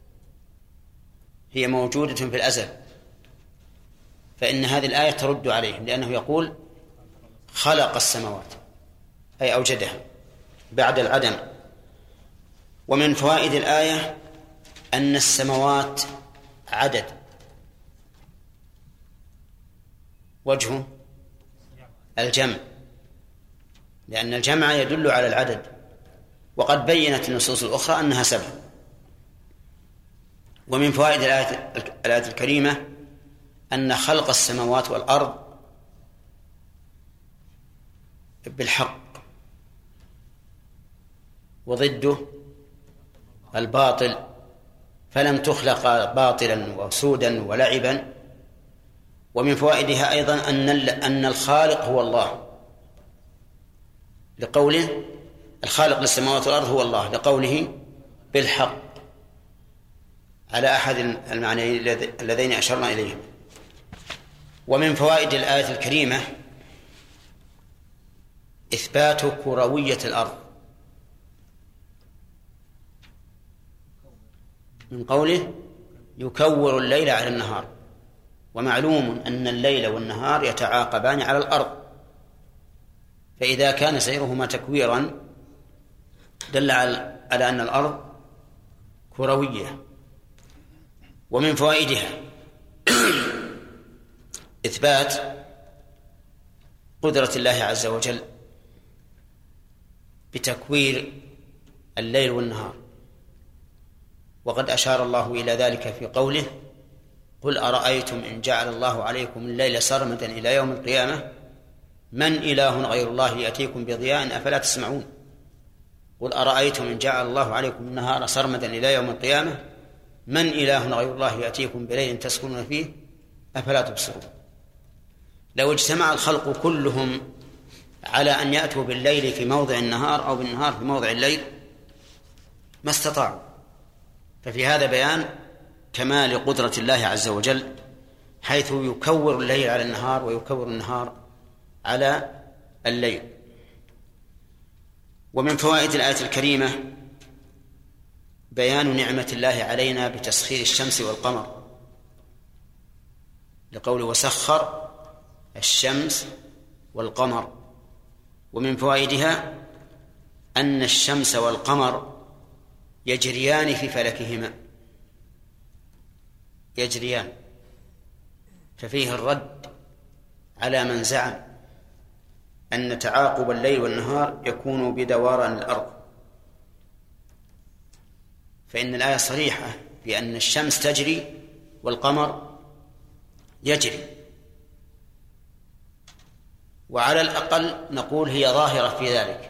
هي موجودة في الأزل. فإن هذه الآية ترد عليهم، لأنه يقول خلق السماوات أي أوجدها بعد العدم. ومن فوائد الآية أن السماوات عدد، وجهه الجمع، لأن الجمع يدل على العدد، وقد بينت النصوص الأخرى أنها 7. ومن فوائد الآية الكريمة أن خلق السماوات والأرض بالحق، وضده الباطل، فلم تخلق باطلا وسودا ولعبا. ومن فوائدها أيضا أن الخالق هو الله، لقوله الخالق للسماوات والأرض هو الله، لقوله بالحق، على أحد المعنيين اللذين أشرنا إليهم. ومن فوائد الآية الكريمة إثبات كروية الأرض، من قوله يكور الليل على النهار. ومعلوم أن الليل والنهار يتعاقبان على الأرض، فإذا كان سيرهما تكويرا دل على أن الأرض كروية. ومن فوائدها إثبات قدرة الله عز وجل بتكوير الليل والنهار، وقد أشار الله إلى ذلك في قوله قل أرأيتم إن جعل الله عليكم الليل سرمدا إلى يوم القيامة من إله غير الله يأتيكم بضياء أفلا تسمعون. قل أرأيتم إن جعل الله عليكم النهار سرمدا إلى يوم القيامة من إله غير الله يأتيكم بليل تسكنون فيه أفلا تبصرون. لو اجتمع الخلق كلهم على أن يأتوا بالليل في موضع النهار أو بالنهار في موضع الليل ما استطاعوا. ففي هذا بيان كمال قدرة الله عز وجل، حيث يكور الليل على النهار ويكور النهار على الليل. ومن فوائد الآية الكريمة بيان نعمة الله علينا بتسخير الشمس والقمر، لقوله وسخر الشمس والقمر. ومن فوائدها أن الشمس والقمر يجريان في فلكهما، يجريان، ففيه الرد على من زعم أن تعاقب الليل والنهار يكون بدوران الأرض، فإن الآية صريحة بأن الشمس تجري والقمر يجري، وعلى الأقل نقول هي ظاهرة في ذلك.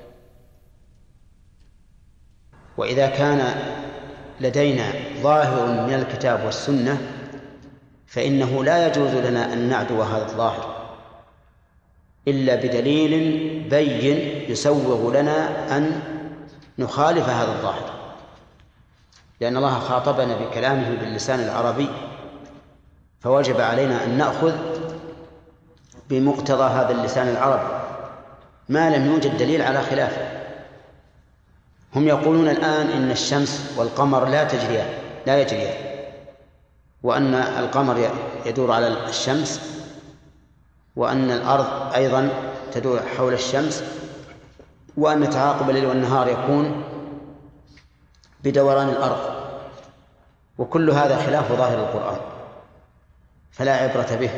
وإذا كان لدينا ظاهر من الكتاب والسنة فإنه لا يجوز لنا أن نعدو هذا الظاهر إلا بدليل بين يسوغ لنا أن نخالف هذا الظاهر، لأن الله خاطبنا بكلامه باللسان العربي، فوجب علينا أن نأخذ بمقتضى هذا اللسان العربي ما لم يوجد دليل على خلافه. هم يقولون الآن إن الشمس والقمر لا يجريان، وأن القمر يدور على الشمس، وأن الأرض أيضا تدور حول الشمس، وأن تعاقب الليل والنهار يكون بدوران الأرض، وكل هذا خلاف ظاهر القرآن، فلا عبرة به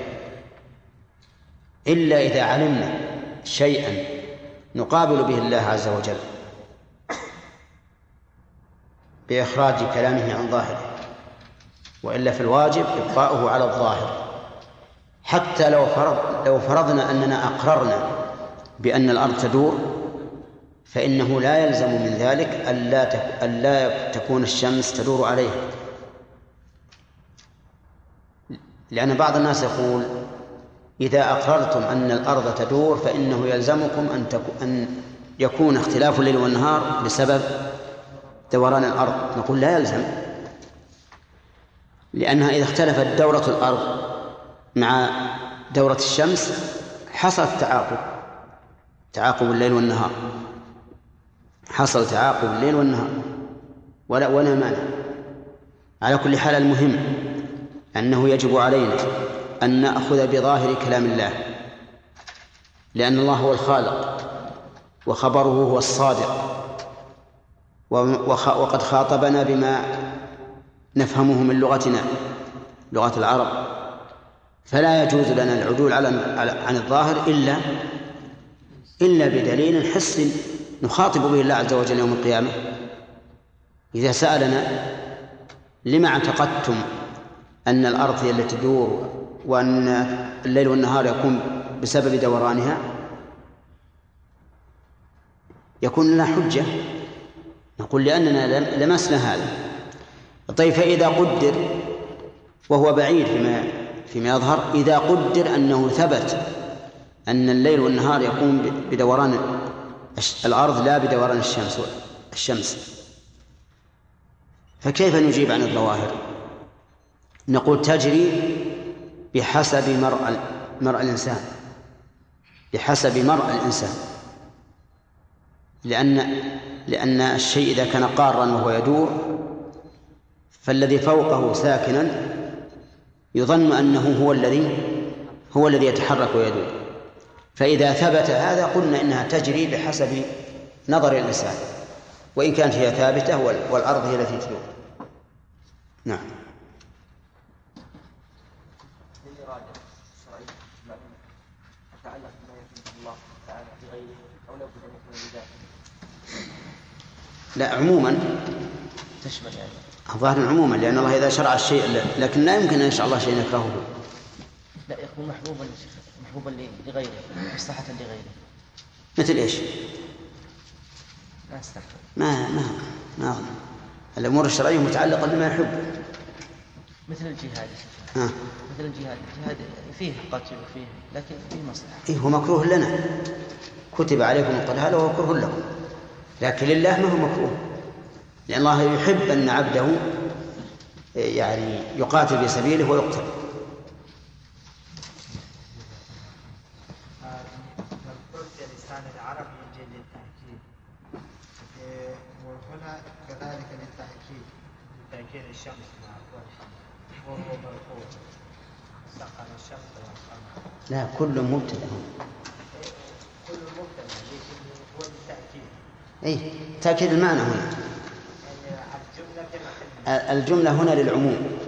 إلا إذا علمنا شيئا نقابل به الله عز وجل بإخراج كلامه عن ظاهره، وإلا في الواجب إبقاؤه على الظاهر. حتى لو فرضنا أننا أقررنا بأن الأرض تدور، فإنه لا يلزم من ذلك ألا تكون الشمس تدور عليها، لأن بعض الناس يقول إذا أقررتم أن الأرض تدور فإنه يلزمكم أن يكون اختلاف الليل والنهار بسبب دوران الأرض. نقول لا يلزم، لأنها إذا اختلفت دورة الأرض مع دورة الشمس حصل تعاقب الليل والنهار، حصل تعاقب الليل والنهار ولا مانع. على كل حال المهم أنه يجب علينا أن نأخذ بظاهر كلام الله، لأن الله هو الخالق وخبره هو الصادق، وقد خاطبنا بما نفهمه من لغتنا لغة العرب، فلا يجوز لنا العدول عن الظاهر إلا بدليل حسي نخاطب به الله عز وجل يوم القيامة. إذا سألنا لما اعتقدتم أن الأرض هي التي تدور وأن الليل والنهار يكون بسبب دورانها، يكون لنا حجة، نقول لأننا لمسنا هذا. طيب فإذا قدر، وهو بعيد فيما يظهر، إذا قدر أنه ثبت أن الليل والنهار يكون بدوران الأرض لا بدوران الشمس، فكيف نجيب عن الظواهر؟ نقول تجري بحسب مرء الإنسان، بحسب مرء الإنسان، لأن الشيء إذا كان قارا وهو يدور فالذي فوقه ساكنا يظن أنه هو الذي يتحرك ويدور، فإذا ثبت هذا قلنا إنها تجري بحسب نظر الإنسان، وإن كانت هي ثابتة والأرض هي التي تدور. نعم. لا عموما تشمل يعني الظاهر عموما، لأن الله إذا شرع الشيء، لكن لا يمكن أن يشرع الله شيء يكرهه. لا يكون محبوبا لغيره، مصلحة لغيره. مثل إيش؟ لا استغفر. ما الأمور الشرعية متعلقة بما يحب. مثل الجهاد. مثل الجهاد فيه قتل وفيه، لكن فيه مصلحة. هو مكروه لنا، كتب عليكم القتال وهو كره لكم، لكن لله ما هو مكروه، لأن الله يحب أن عبده يعني يقاتل في سبيله ويقتل. لسان العرب يجي للتأكيد، وهنا كذلك للتأكيد الشمس مع وهو مرفوع سقر الشمس والقمر. لا، كل مبتدأ. كل مبتدأ هو للتأكيد. تأكيد المعنى هنا. الجملة هنا للعموم.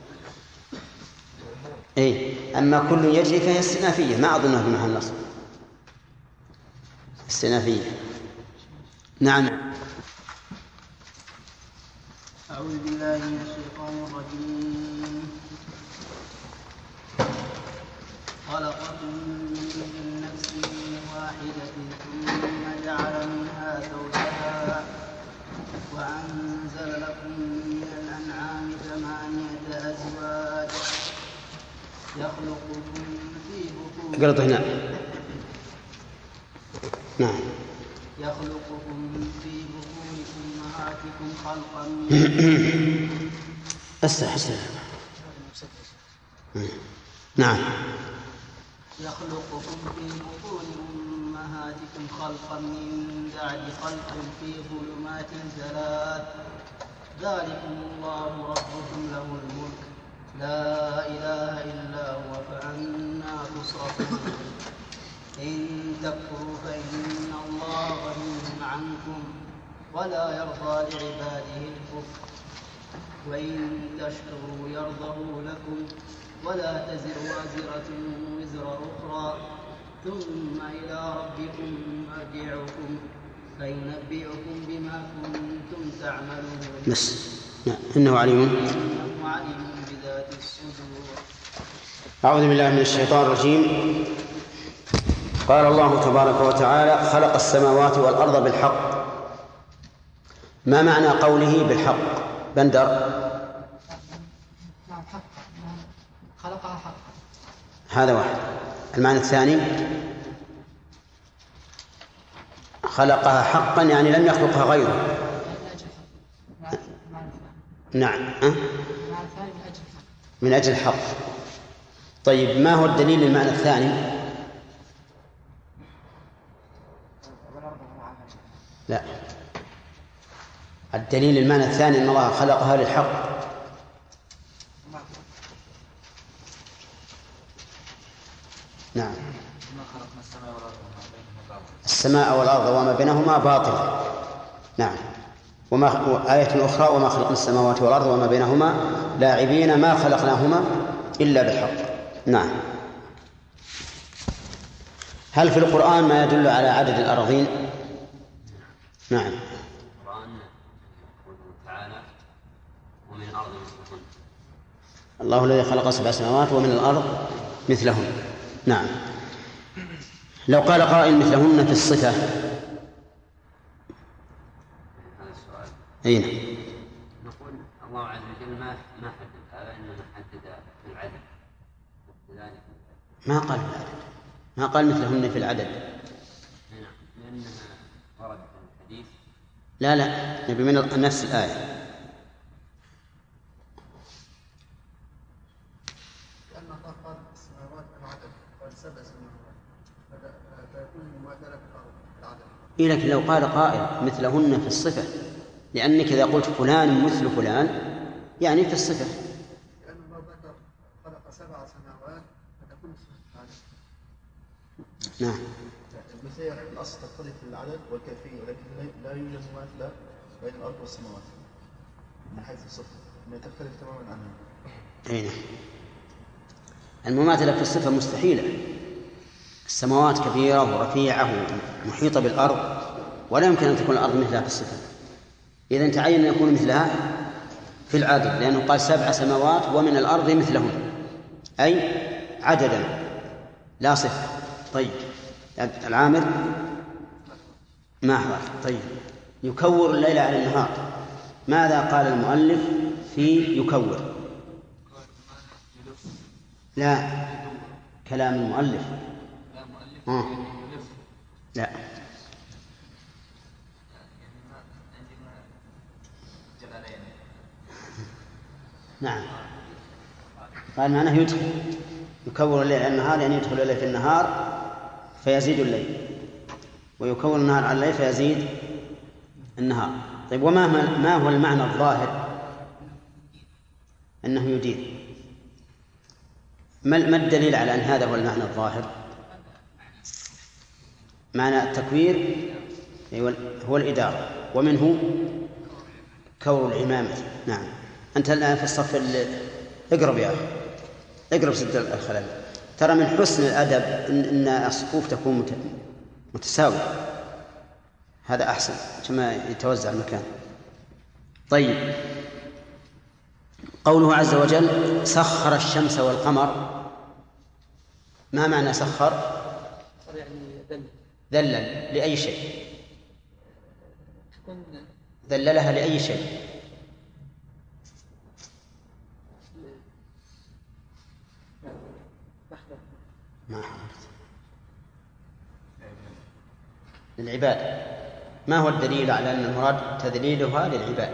أما كل يجري فهي استئنافية، ما أظنها في محل نصب. استئنافية. نعم. أعوذ بالله من الشيطان الرجيم. خلقكم من نفس واحدة ثم جعل منها زوجها وأنزل لكم من الأنعام 8 أزواج يخلقكم في بطون أمهاتكم خلقا يخلقكم في بطون أمهاتكم خلقا من بعد خلق في ظلمات 3. ذلكم الله ربكم له الملك لا إله إلا هو فأنى تصرفون. إن تكفروا فإن الله غني عنكم ولا يرضى لعباده الكفر وإن تشكروا يرضه لكم ولا تزر وازرة وزر أخرى ثم إلى ربكم مرجعكم فينبئكم بما كنتم تعملون. إنه عليم بذات الصدور. أعوذ بالله من الشيطان الرجيم. قال الله تبارك وتعالى: خلق السماوات والأرض بالحق. ما معنى قوله بالحق؟ بندر. خلقها حق. هذا واحد. المعنى الثاني: خلقها حقا يعني لم يخلقها غيره. نعم. من أجل حق. طيب، ما هو الدليل للمعنى الثاني؟ لا، الدليل للمعنى الثاني أن الله خلقها للحق. نعم. السماء والأرض وما بينهما باطل. نعم. آية أخرى: وما خلقنا السماوات والأرض وما بينهما لاعبين ما خلقناهما إلا بالحق. نعم. هل في القرآن ما يدل على عدد الأراضين؟ نعم. القرآن يقول تعالى: ومن الأرض مثلهن. الله الذي خلق 7 سماوات ومن الأرض مثلهن. نعم. لو قال قائل مثلهن في الصفة. هذا السؤال. أين؟ نقول الله عز وجل ما حدد هذا، إنما حدد في العدد. ما قال في العدد، ما قال مثلهن في العدد. نعم، لأنها ورد في الحديث. لا، نبي من نفس الآية. لأن الله قال السماوات العدد قال 7 سماوات فيكون مماثلة في العدد. لكن لو قال قائل مثلهن في الصفة، لأنك إذا قلت فلان مثل فلان يعني في الصفة. لأن الله ذكر خلق 7 سماوات فتكون الصفة العدد. نعم. المثال الأصل تختلف في العدد والكيفية، ولكن لا يوجد مماثلة بين الأرض والسماوات من حيث الصفة، أنها تختلف تماما عنها. نعم. المماثلة في الصفة مستحيلة. السماوات كبيرة ورفيعة ومحيطة بالأرض، ولا يمكن أن تكون الأرض مثلها في الصفة. إذن تعين أن يكون مثلها في العدد، لأنه قال 7 سماوات ومن الأرض مثلهن، أي عددا لا صفة. طيب، العامر ما حضر. طيب، يكور الليل على النهار. ماذا قال المؤلف في يكور؟ لا، كلام المؤلف. لا، نعم، قال معناه يدخل، يكور الليل على النهار، يعني يدخل الليل في النهار فيزيد الليل، ويكور النهار على الليل فيزيد النهار. طيب، ما هو المعنى الظاهر؟ أنه يدير. ما الدليل على أن هذا هو المعنى الظاهر؟ معنى التكوير هو الإدارة، ومنه كور العمامة. نعم. أنت الآن في الصف اقرب يا أخي، اقرب سد الخلل. ترى من حسن الأدب إن الصفوف تكون متساوية، هذا أحسن كما يتوزع المكان. طيب، قوله عز وجل سخر الشمس والقمر، ما معنى سخر؟ يعني ذلل لأي شيء، ذللها لأي شيء. ما حضرت للعباد. ما هو الدليل على أن المراد تذليلها للعباد؟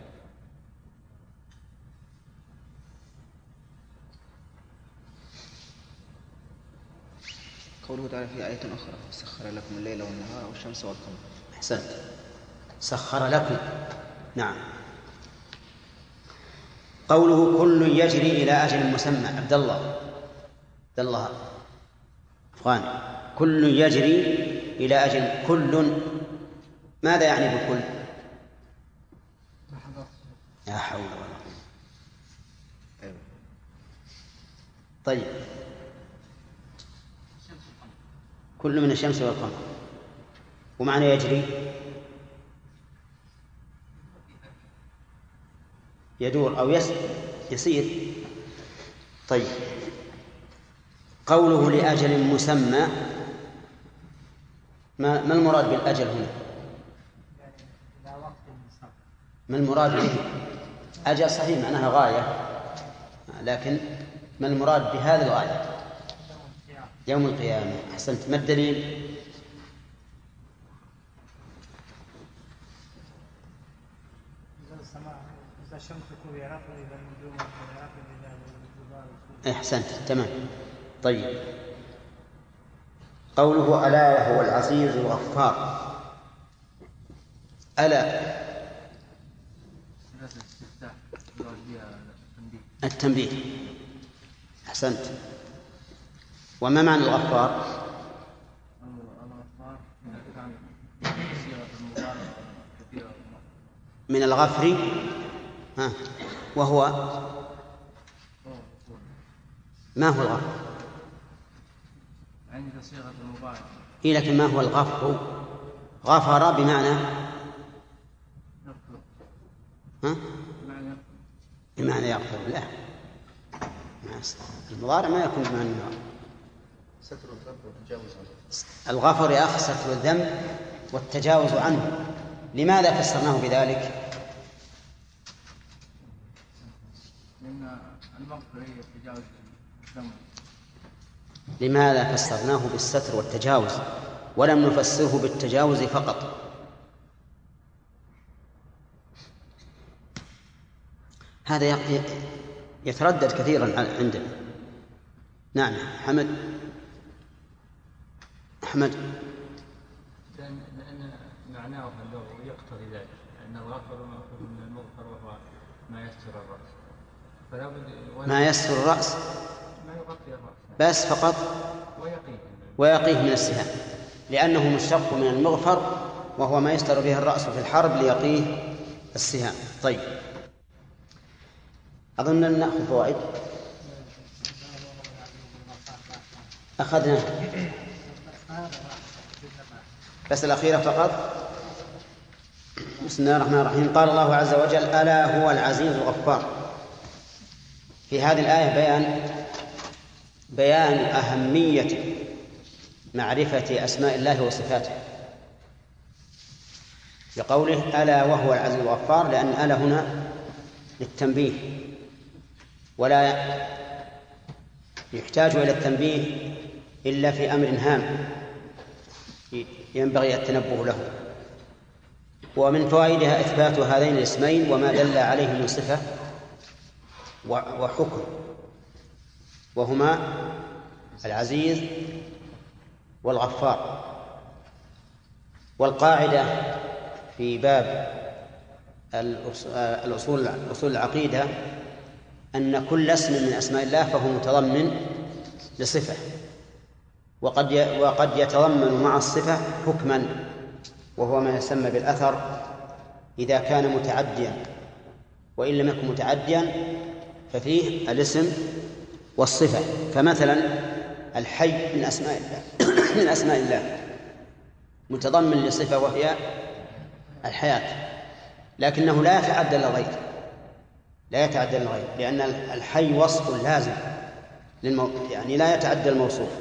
قوله تعالى في آية أخرى سخر لكم الليل والنهار والشمس والقمر. أحسنت، سخر لكم. نعم. قوله كل يجري إلى أجل مسمى، عبد الله أفغاني، كل يجري إلى أجل، كل ماذا يعني بكل؟ لا حول ولا قوة. طيب، كل من الشمس والقمر، ومعنى يجري يدور أو يسير. طيب، قوله لأجل مسمى، ما المراد بالأجل هنا؟ ما المراد به؟ أجل صحيح معناها غاية، لكن ما المراد بهذه الغاية؟ يوم القيامة. أحسنت. ما الدليل؟ أحسنت، تمام. طيب، قوله ألا وهو العزيز الغفار، ألا التنبيه. أحسنت. وما معنى الغفار؟ من الغفر، وهو ما هو الغفر؟ عند صيغة المبالغة. لكن ما هو الغفر؟ غفر بمعنى بمعنى يغفر. لا، المضارع ما يكون بمعنى ستر الذنب والتجاوز عنه. الغفر يا أخي ستر الذنب والتجاوز عنه. لماذا فسرناه بذلك؟ لأن المغفرة هي التجاوز الذنب. لماذا فسرناه بالستر والتجاوز ولم نفسره بالتجاوز فقط؟ هذا يتردد كثيرا عندنا. نعم، أحمد. لأن معناه اللغوي يقتضي ذلك، أن الغفر مأخوذ من المغفر وهو ما يستر الرأس، فلا بد ما يستر الرأس، ما يغطي الرأس بس فقط، ويقيه من السهام، لأنه مشتق من المغفر وهو ما يستر به الرأس في الحرب ليقيه السهام. طيب، أظن أن نأخذ فوائد. أخذنا بس الأخيرة فقط. بسم الله الرحمن الرحيم. قال الله عز وجل ألا هو العزيز الغفار. في هذه الآية بيان أهمية معرفة أسماء الله وصفاته، لقوله ألا وهو العزيز الغفار، لأن ألا هنا للتنبيه، يحتاج إلى التنبيه إلا في أمر هام ينبغي التنبه له. ومن فوائدها إثبات هذين الاسمين وما دل عليه من صفة وحكم، وهما العزيز والغفار. والقاعدة في باب أصول العقيدة أن كل اسم من أسماء الله فهو متضمن لصفة، وقد يتضمن مع الصفة حكما، وهو ما يسمى بالأثر إذا كان متعديا، وإن لم يكن متعديا ففيه الاسم والصفة. فمثلا الحي من أسماء الله من أسماء الله متضمن لصفة وهي الحياة، لكنه لا يتعدى للغير، لأن الحي وصف لازم يعني لا يتعدى الموصوف.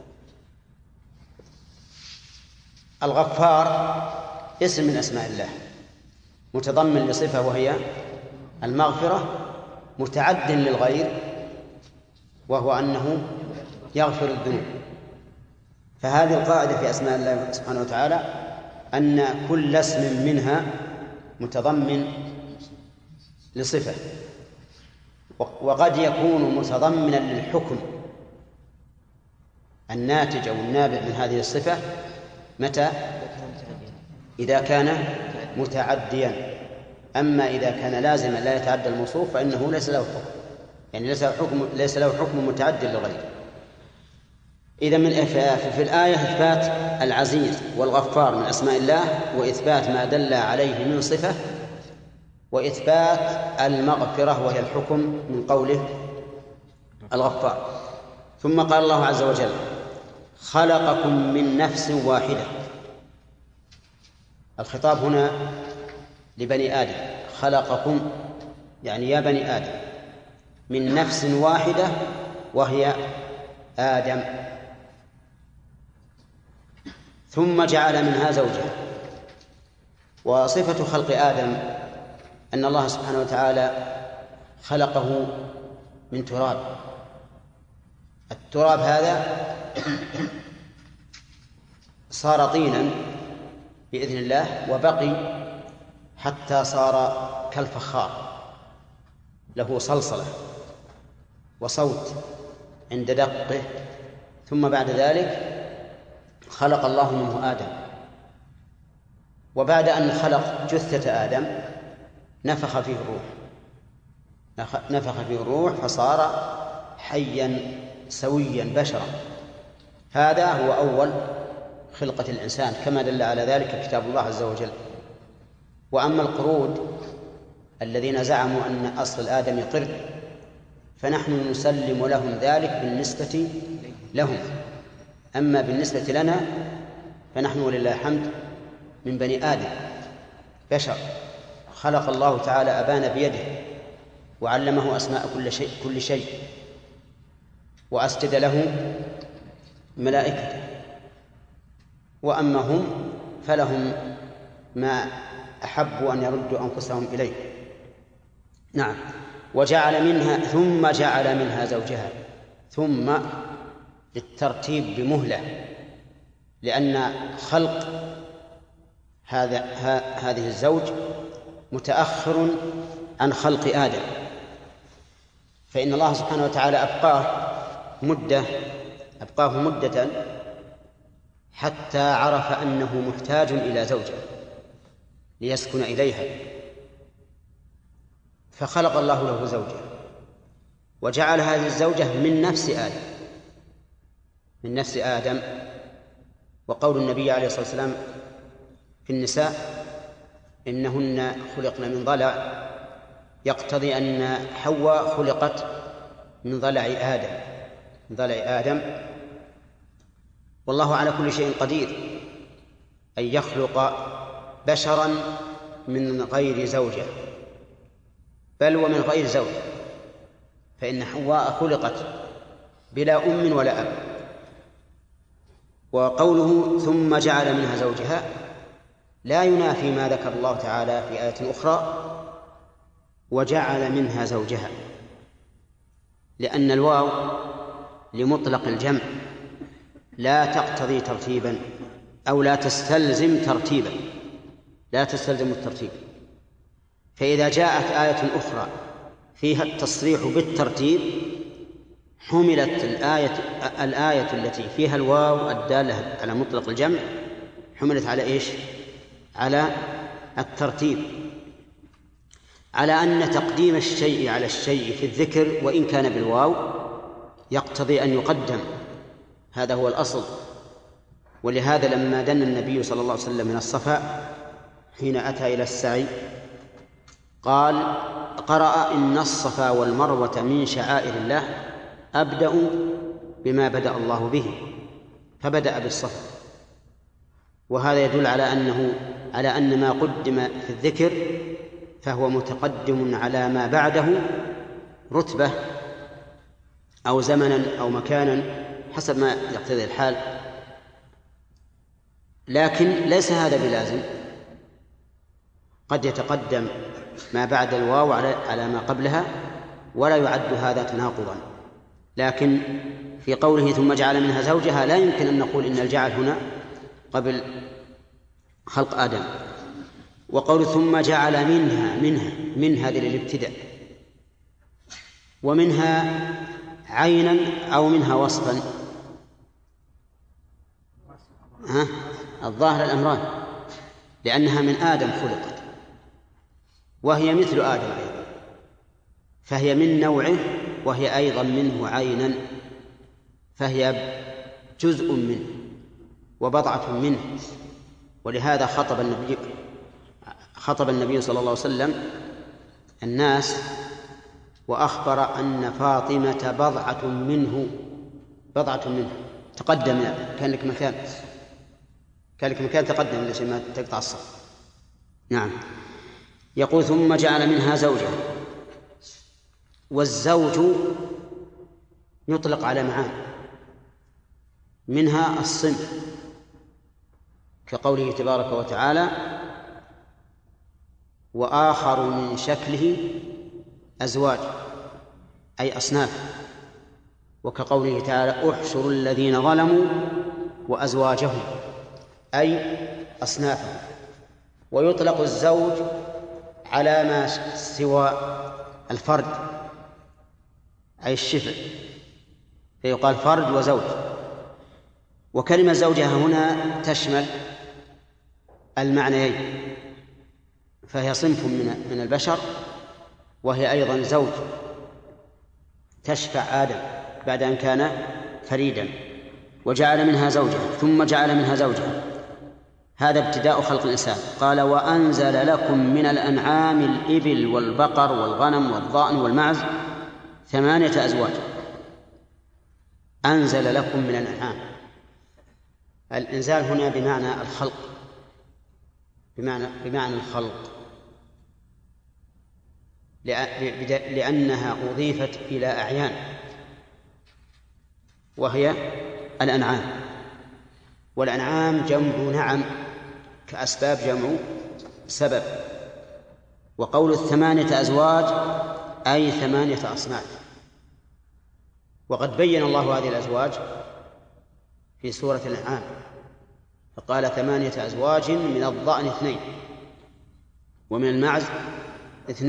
الغفار اسم من أسماء الله متضمن لصفة وهي المغفرة، متعد للغير وهو أنه يغفر الذنوب. فهذه القاعدة في أسماء الله سبحانه وتعالى أن كل اسم منها متضمن لصفة، وقد يكون متضمنا للحكم الناتج أو النابع من هذه الصفة. متى؟ إذا كان متعديا. أما إذا كان لازما لا يتعدى الموصوف فإنه ليس له حكم، يعني ليس له حكم متعدي للغير. إذا في الآية إثبات العزيز والغفار من أسماء الله، وإثبات ما دل عليه من صفة، وإثبات المغفرة وهي الحكم من قوله الغفار. ثم قال الله عز وجل: خلقكم من نفس واحدة. الخطاب هنا لبني آدم، خلقكم يعني يا بني آدم من نفس واحدة وهي آدم، ثم جعل منها زوجها. وصفة خلق آدم أن الله سبحانه وتعالى خلقه من تراب. التراب هذا صار طينا بإذن الله، وبقي حتى صار كالفخار، له صلصلة وصوت عند دقه. ثم بعد ذلك خلق الله منه آدم، وبعد أن خلق جثة آدم نفخ فيه الروح فصار حيا سويا بشرا. هذا هو أول خلقة الإنسان كما دل على ذلك كتاب الله عز وجل. وأما القرود الذين زعموا أن أصل الآدم قرد فنحن نسلم لهم ذلك بالنسبة لهم، أما بالنسبة لنا فنحن ولله الحمد من بني آدم بشر خلق الله تعالى أبانا بيده، وعلمه أسماء كل شيء وأسجد له ملائكته. وأما هم فلهم ما أحبوا أن يردوا أنفسهم إليه. نعم. ثم جعل منها زوجها، ثم للترتيب بمهلة، لأن خلق هذه الزوج متأخر عن خلق آدم، فإن الله سبحانه وتعالى أبقاه مدة حتى عرف أنه محتاج إلى زوجة ليسكن إليها، فخلق الله له زوجة وجعل هذه الزوجة من نفس آدم. وقول النبي عليه الصلاة والسلام في النساء إنهن خلقن من ضلع يقتضي أن حواء خلقت من ضلع آدم. والله على كل شيء قدير أن يخلق بشرا من غير زوجة، بل ومن غير زوج، فإن حواء خلقت بلا أم ولا أب. وقوله ثم جعل منها زوجها لا ينافي ما ذكر الله تعالى في آية أخرى وجعل منها زوجها، لأن الواو لمطلق الجمع لا تقتضي ترتيبا أو لا تستلزم ترتيبا، لا تستلزم الترتيب. فإذا جاءت آية أخرى فيها التصريح بالترتيب حملت الآية التي فيها الواو الدالة على مطلق الجمع حملت على إيش؟ على الترتيب، على أن تقديم الشيء على الشيء في الذكر وإن كان بالواو يقتضي أن يقدم، هذا هو الأصل. ولهذا لما دنا النبي صلى الله عليه وسلم من الصفا حين أتى إلى السعي قال قرأ إن الصفا والمروة من شعائر الله أبدأ بما بدأ الله به، فبدأ بالصفا. وهذا يدل على أن ما قدم في الذكر فهو متقدم على ما بعده رتبة أو زمنا أو مكانا حسب ما يقتضي الحال، لكن ليس هذا بلازم، قد يتقدم ما بعد الواو على ما قبلها ولا يعد هذا تناقضا. لكن في قوله ثم جعل منها زوجها لا يمكن أن نقول إن الجعل هنا قبل خلق آدم. وقول ثم جعل من هذه للابتداء، ومنها عينا أو منها وصفا، الظاهر الأمران، لأنها من آدم خلقت وهي مثل آدم أيضا، فهي من نوعه وهي أيضا منه عينا، فهي جزء منه وبضعة منه. ولهذا خطب النبي صلى الله عليه وسلم الناس وأخبر أن فاطمة بضعة منه تقدم، كان لك مكان تقدم لشيء ما تقطع الصف. نعم. يقول ثم جعل منها زوجها، والزوج يطلق على معان، منها الصنف كقوله تبارك وتعالى وآخر من شكله أزواج أي أصناف، وكقوله تعالى احشروا الذين ظلموا وأزواجهم أي أصنافهم. ويطلق الزوج على ما سوى الفرد أي الشفع، فيقال فرد وزوج. وكلمة زوجها هنا تشمل المعنيين، فهي صنف من البشر وهي أيضا زوج تشفع آدم بعد أن كان فريدا. وجعل منها زوجها ثم جعل منها زوجها، هذا ابتداء خلق الإنسان. قال وأنزل لكم من الأنعام الإبل والبقر والغنم والضأن والمعز 8 أزواج. أنزل لكم من الأنعام، الإنزال هنا بمعنى الخلق، بمعنى الخلق، لأنها أضيفت إلى أعيان وهي الأنعام، والأنعام جمع نعم كأسباب جمع سبب. وقول 8 أزواج أي 8 أصناف. وقد بين الله هذه الأزواج في سورة الأنعام فقال 8 أزواج من الضأن 2، ومن المعز 2،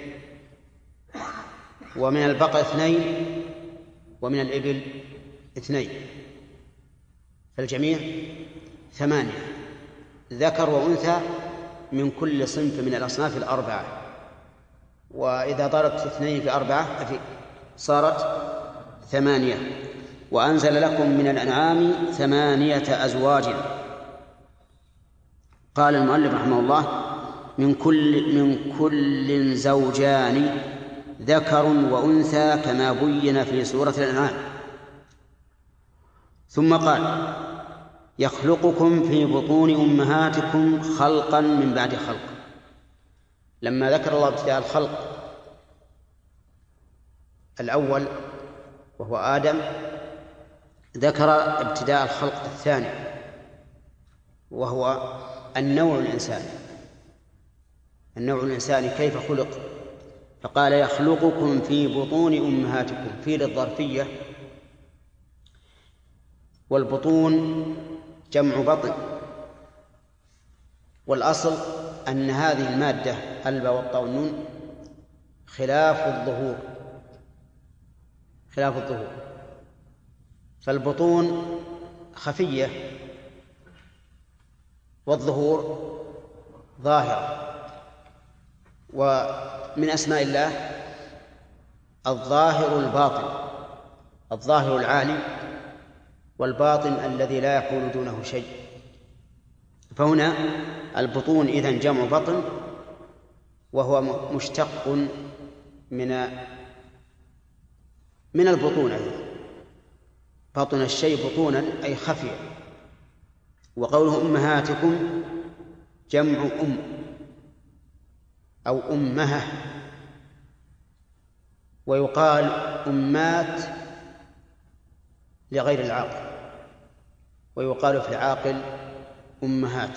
ومن البقر 2، ومن الإبل 2، فالجميع 8 ذكر وأنثى من كل صنف من الأصناف 4. وإذا ضربت 2 في 4 صارت 8. وأنزل لكم من الأنعام 8 أزواج. قال المؤلف رحمه الله من كل زوجان ذكر وأنثى كما بين في سورة الأنعام. ثم قال يخلقكم في بطون أمهاتكم خلقا من بعد خلق. لما ذكر الله ابتداء الخلق الأول وهو آدم ذكر ابتداء الخلق الثاني وهو النوع الإنساني كيف خلق، فقال يخلقكم في بطون أمهاتكم، في للظرفية والبطون جمع بطن، والأصل أن هذه المادة الباء والطاء والنون خلاف الظهور، فالبطون خفية والظهور ظاهرة. ومن أسماء الله الظاهر الباطن، الظاهر العالي والباطن الذي لا يكون دونه شيء. فهنا البطون إذن جمع بطن، وهو مشتق من البطون أيضا، بطن الشيء بطونا أي خفيا. وقوله أمهاتكم جمع أم أو أمها، ويقال أمات لغير العاقل، ويقال في العاقل أمهات.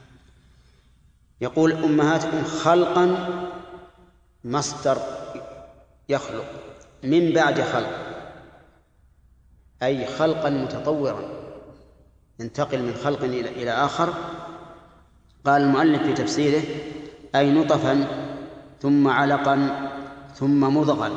يقول أمهاتكم خلقا مصدر يخلق من بعد خلق، أي خلقا متطورا ينتقل من خلق إلى آخر. قال المؤلف في تفسيره أي نطفا ثم علقا ثم مضغا.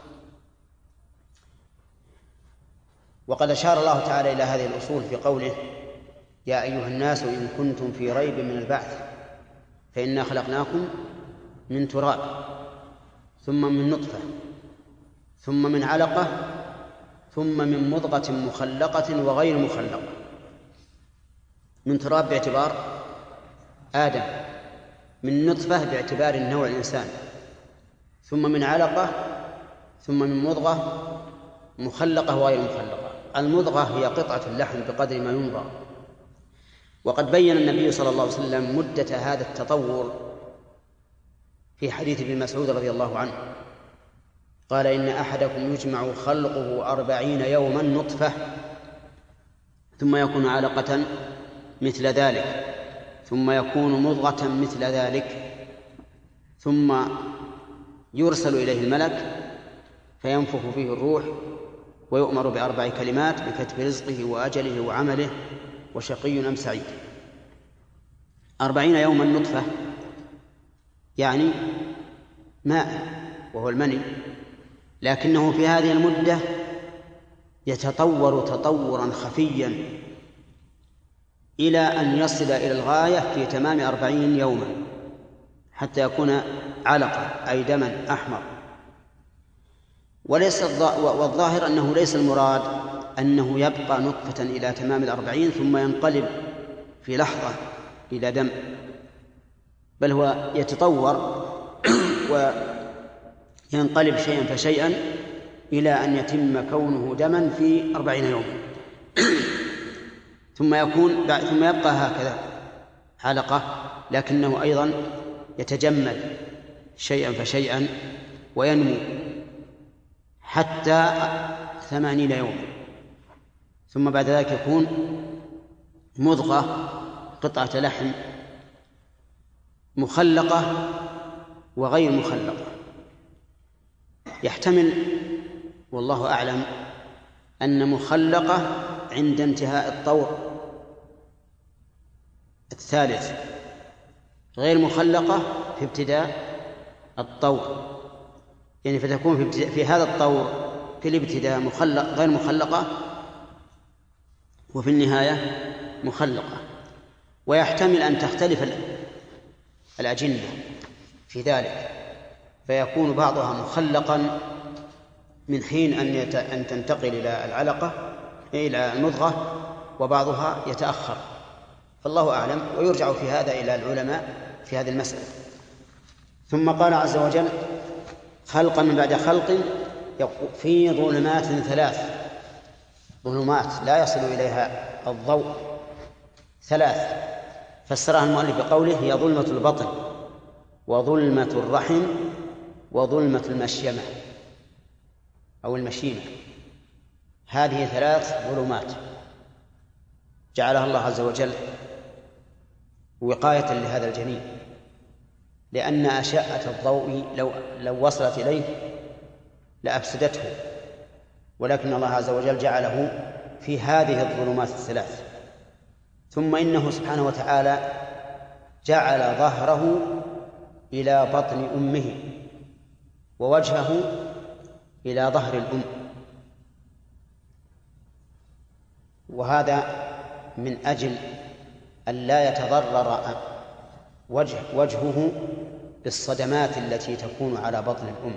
وقد أشار الله تعالى إلى هذه الأصول في قوله يا أيها الناس إن كنتم في ريب من البعث فإنا خلقناكم من تراب ثم من نطفة ثم من علقة ثم من مضغة مخلقة وغير مخلقة. من تراب باعتبار آدم، من نطفة باعتبار النوع الإنسان، ثم من علقة، ثم من مضغة مخلقة وغير مخلقة. المضغة هي قطعة اللحم بقدر ما ينضغ. وقد بين النبي صلى الله عليه وسلم مدة هذا التطور في حديث ابن مسعود رضي الله عنه، قال إن أحدكم يجمع خلقه 40 يوما نطفة ثم يكون علقة مثل ذلك ثم يكون مضغة مثل ذلك ثم يرسل إليه الملك فينفخ فيه الروح ويؤمر ب4 كلمات بكتب رزقه وأجله وعمله وشقي أم سعيد. 40 يوما نطفة يعني ماء وهو المني، لكنه في هذه المدة يتطور تطورا خفيا إلى أن يصل إلى الغاية في تمام 40 يوما حتى يكون علقة أي دما أحمر. والظاهر أنه ليس المراد أنه يبقى نطفة إلى تمام 40 ثم ينقلب في لحظة إلى دم، بل هو يتطور وينقلب شيئا فشيئا إلى أن يتم كونه دما في 40 يوما ثم يبقى هكذا علقة، لكنه أيضا يتجمد شيئا فشيئا وينمو حتى 80 يوما، ثم بعد ذلك يكون مضغة قطعة لحم مخلقة وغير مخلقة. يحتمل والله أعلم أن مخلقة عند انتهاء الطور الثالث، غير مخلقة في ابتداء الطور، يعني فتكون في هذا الطور في الابتداء غير مخلقة وفي النهاية مخلقة. ويحتمل أن تختلف الأجنة في ذلك، فيكون بعضها مخلقا من حين أن تنتقل إلى العلقة إلى المضغة، وبعضها يتأخر، فالله أعلم. ويرجع في هذا إلى العلماء في هذه المسألة. ثم قال عز وجل خلقا من بعد خلق في ظلمات 3، ظلمات لا يصل إليها الضوء 3، فسرها المؤلف بقوله هي ظلمة البطن وظلمة الرحم وظلمة المشيمة أو المشيمة. هذه 3 ظلمات جعلها الله عز وجل وقاية لهذا الجنين، لأن أشعة الضوء لو وصلت إليه لأفسدته، ولكن الله عز وجل جعله في هذه الظلمات الثلاث. ثم إنه سبحانه وتعالى جعل ظهره إلى بطن أمه ووجهه إلى ظهر الأم، وهذا من أجل أن لا يتضرر وجهه بالصدمات التي تكون على بطن الأم،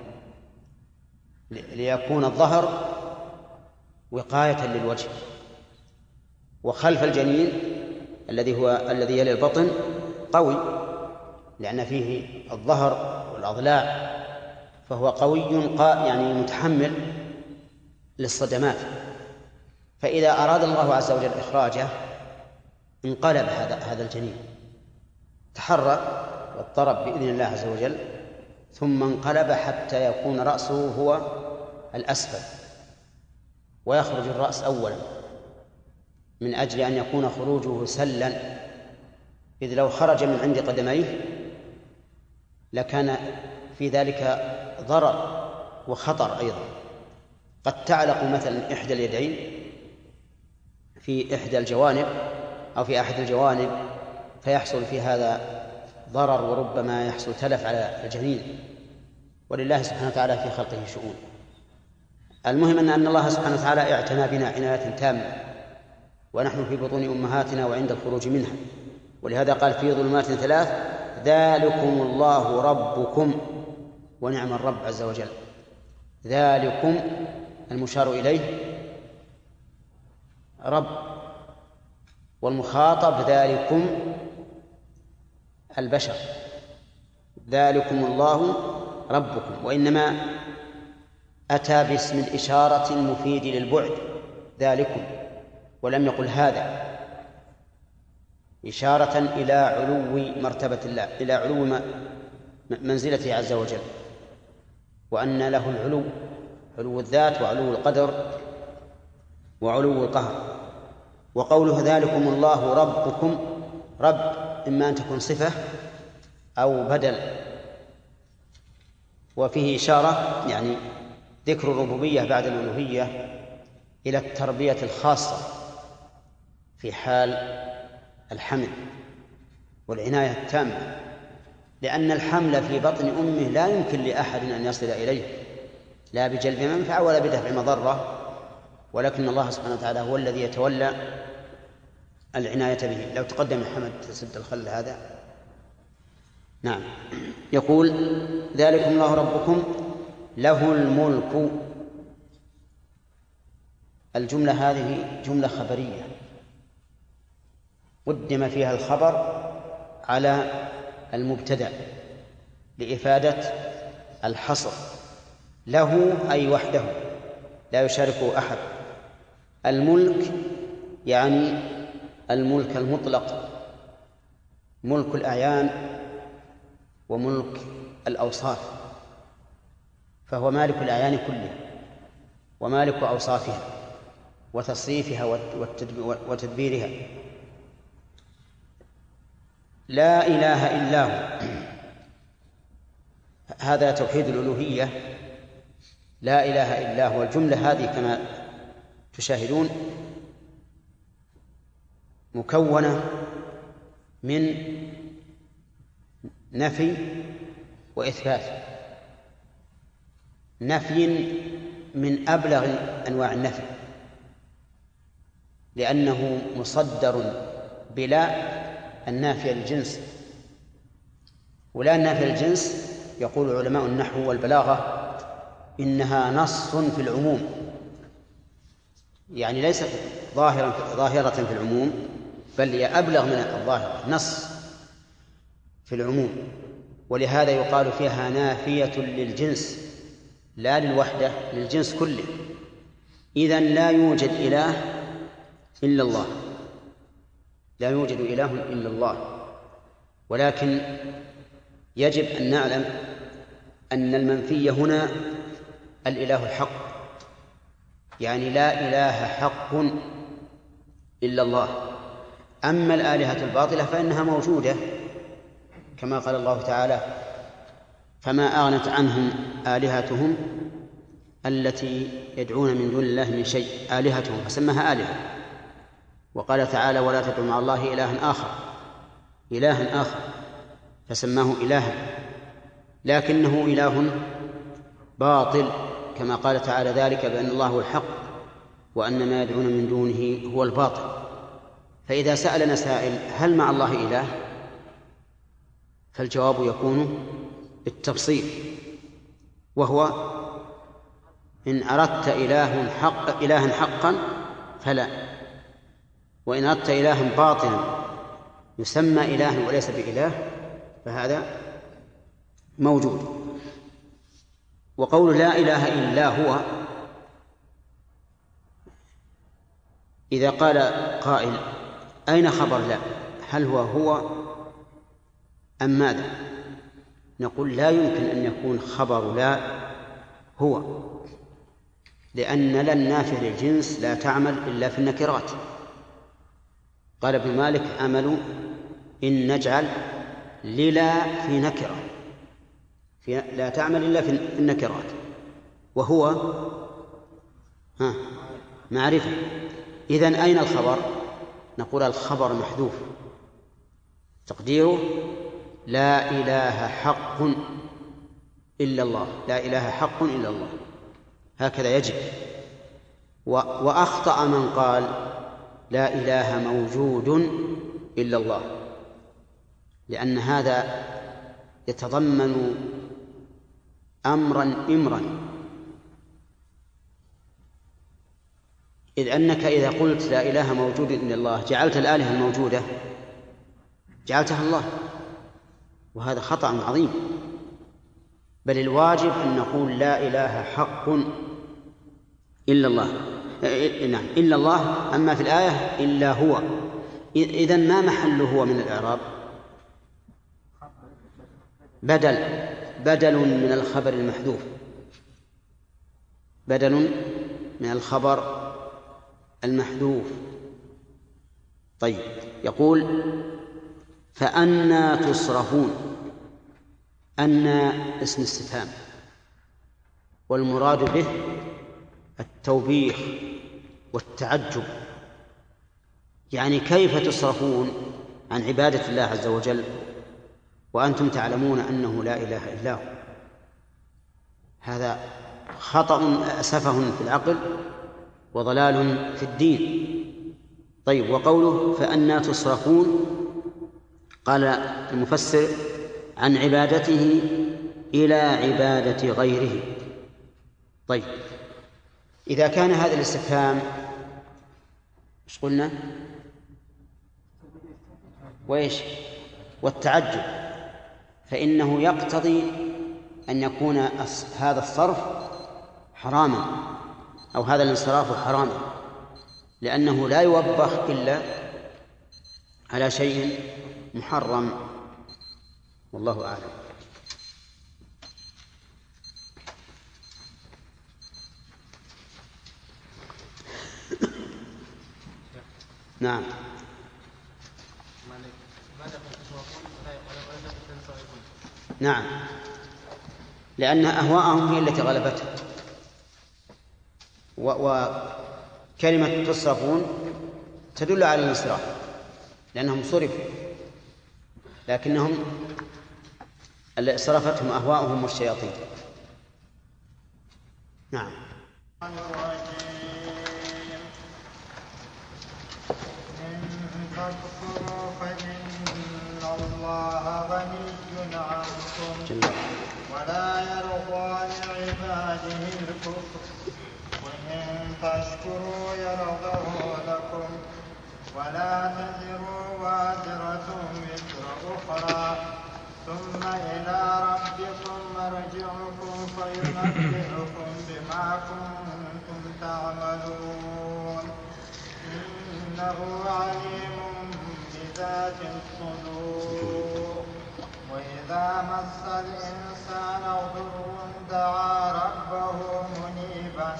ليكون الظهر وقاية للوجه. وخلف الجنين الذي يلي البطن قوي، لأن فيه الظهر والأضلاع، فهو قوي يعني متحمل للصدمات. فإذا أراد الله عز وجل إخراجه انقلب هذا الجنين، تحرك واضطرب بإذن الله عز وجل، ثم انقلب حتى يكون رأسه هو الأسفل، ويخرج الرأس أولا، من أجل أن يكون خروجه سلا، إذ لو خرج من عند قدميه لكان في ذلك ضرر وخطر أيضا. قد تعلق مثلا إحدى اليدين في إحدى الجوانب أو في أحد الجوانب، فيحصل في هذا ضرر، وربما يحصل تلف على الجنين، ولله سبحانه وتعالى في خلقه شؤون. المهم أن الله سبحانه وتعالى اعتنى بنا عناية تامة، ونحن في بطون أمهاتنا وعند الخروج منها، ولهذا قال في ظلمات ثلاث ذلكم الله ربكم ونعم الرب عز وجل. ذلكم المشار إليه رب، والمخاطب ذلكم البشر، ذلكم الله ربكم، وإنما أتى باسم الإشارة المفيد للبعد ذلكم، ولم يقل هذا، إشارة إلى علو مرتبة الله، إلى علو منزلته عز وجل، وأن له العلو، علو الذات وعلو القدر وعلو القهر. وقوله ذلكم الله ربكم، رب إما أن تكون صفة أو بدل، وفيه إشارة يعني ذكر الربوبية بعد الألوهية إلى التربية الخاصة في حال الحمل والعناية التامة، لأن الحمل في بطن أمه لا يمكن لأحد أن يصل إليه، لا بجلب منفعة ولا بدفع مضرة، ولكن الله سبحانه وتعالى هو الذي يتولى العناية به. لو تقدم محمد تسد الخل هذا. نعم. يقول ذلكم الله ربكم له الملك. الجملة هذه جملة خبرية قدم فيها الخبر على المبتدأ لإفادة الحصر. له أي وحده لا يشاركه أحد. الملك يعني الملك المطلق، ملك الأعيان وملك الأوصاف، فهو مالك الأعيان كلها ومالك أوصافها وتصريفها وتدبيرها. لا إله إلا هو، هذا توحيد الألوهية، لا إله إلا هو. الجملة هذه كما تشاهدون مكونة من نفي وإثبات. نفي من أبلغ أنواع النفي، لأنه مصدر بلا النافية للجنس، ولا النافية للجنس يقول علماء النحو والبلاغة إنها نص في العموم، يعني ليست ظاهرة في العموم، بل هي أبلغ من الظاهرة، نص في العموم، ولهذا يقال فيها نافية للجنس لا للوحدة، للجنس كله. إذن لا يوجد إله إلا الله، لا يوجد إله إلا الله، ولكن يجب أن نعلم أن المنفي هنا الإله الحق، يعني لا إله حق إلا الله. أما الآلهة الباطلة فإنها موجودة، كما قال الله تعالى: فما أغنت عنهم آلهتهم التي يدعون من دون الله من شيء آلهتهم فسماها آلهة. وقال تعالى ولا تدعوا مع الله إلها آخر فسماه إلها، لكنه إله باطل كما قال تعالى ذلك بأن الله هو الحق وأن ما يدعون من دونه هو الباطل. فإذا سألنا سائل هل مع الله إله؟ فالجواب يكون بالتفصيل، وهو إن أردت إلها حقا فلا، وإن أردت إلها باطلا يسمى إله وليس بإله فهذا موجود. وقول لا إله إلا هو، إذا قال قائل أين خبر لا؟ هل هو أم ماذا؟ نقول لا يمكن أن يكون خبر لا هو، لأن لا النافية للجنس لا تعمل إلا في النكرات. قال ابن مالك عمل إن نجعل للا في نكرة لا تعمل إلا في النكرات، وهو معرفة. إذن أين الخبر؟ نقول الخبر محذوف تقديره لا إله حق إلا الله، لا إله حق إلا الله، هكذا يجب. وأخطأ من قال لا إله موجود إلا الله، لأن هذا يتضمن أمرا إذ أنك إذا قلت لا إله موجود إلا الله جعلت الآلهة الموجودة جعلتها الله، وهذا خطأ عظيم. بل الواجب أن نقول لا إله حق إلا الله، نعم إلا الله. أما في الآية إلا هو، إذن ما محله هو من الإعراب؟ بدل من الخبر المحذوف، بدل من الخبر المحذوف. طيب، يقول فأنى تصرفون. أنى اسم استفهام، والمراد به التوبيخ والتعجب، يعني كيف تصرفون عن عبادة الله عز وجل وأنتم تعلمون أنه لا إله إلا هو؟ هذا خطأ سفه في العقل وضلال في الدين. طيب، وقوله فأنى تصرفون، قال المفسر عن عبادته إلى عبادة غيره. طيب، إذا كان هذا الاستفهام ايش قلنا؟ وإيش؟ والتعجب، فإنه يقتضي أن يكون هذا الصرف حراما أو هذا الانصراف حراما، لأنه لا يوبخ إلا على شيء محرم، والله أعلم. نعم. نعم، لأن أهواءهم هي التي غلبتهم، وكلمة تصرفون تدل على الانصراف لأنهم صرفوا، لكنهم اللي صرفتهم أهواءهم والشياطين. نعم. الله غني عنكم ولا يرضى لعباده الكفر وإن تشكروا يرضه لكم ولا تزر وازرة وزر أخرى ثم إلى ربكم مرجعكم فينبئكم بما كنتم تعملون إنه عليم بذات الصدور. وإذا مس الإنسان ضر دعا ربه منيبا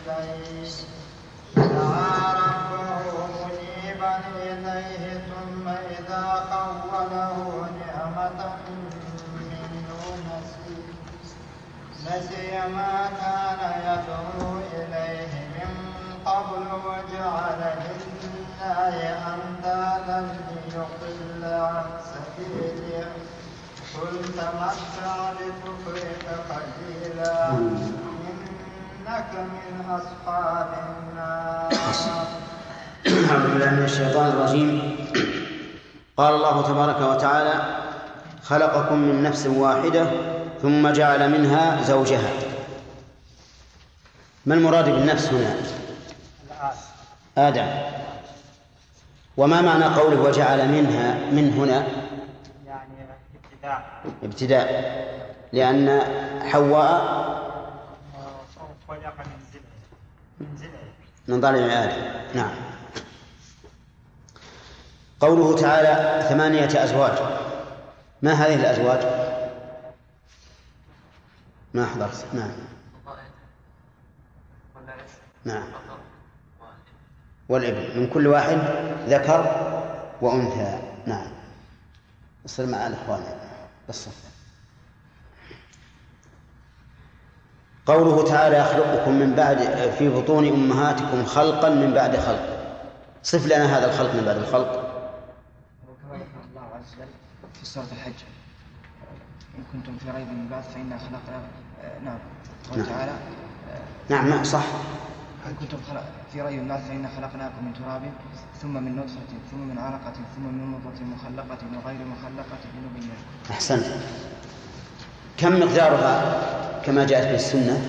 إليه ثم إذا خوله نسي ما كان يدعو إليه من قبل وجعل لله أندادا ليضل عن سبيله قل تمتع بكفرك قليلا إنك من أصحاب النار. أعوذ بالله من الشيطان الرجيم. قال الله تبارك وتعالى: خلقكم من نفس واحدة ثم جعل منها زوجها. ما المراد بالنفس هنا؟ آدم. وما معنى قوله وجعل منها من هنا؟ يعني ابتداء، لأن حواء خلق من من ضلع آدم. نعم. قوله تعالى 8 أزواج، ما هذه الأزواج؟ ما أحضرت. نعم. والابن من كل واحد ذكر وأنثى. نعم. اصل مع الإخوان بالصف. قوله تعالى يخلقكم من بعد في بطون أمهاتكم خلقا من بعد خلق. صف لنا هذا الخلق من بعد الخلق. وكما ذكر الله عز وجل في سورة الحج: إن كنتم في ريب من بعد فإنا خلقنا. نعم. قال تعالى: نعم صح. إن كنتم في ريب من بعد فإنا خلقناكم من تراب ثم من نطفة ثم من علقة ثم من مضغة مخلقة وغير مخلقة لنبين. أحسنت. كم مقدارها كما جاءت في السنة؟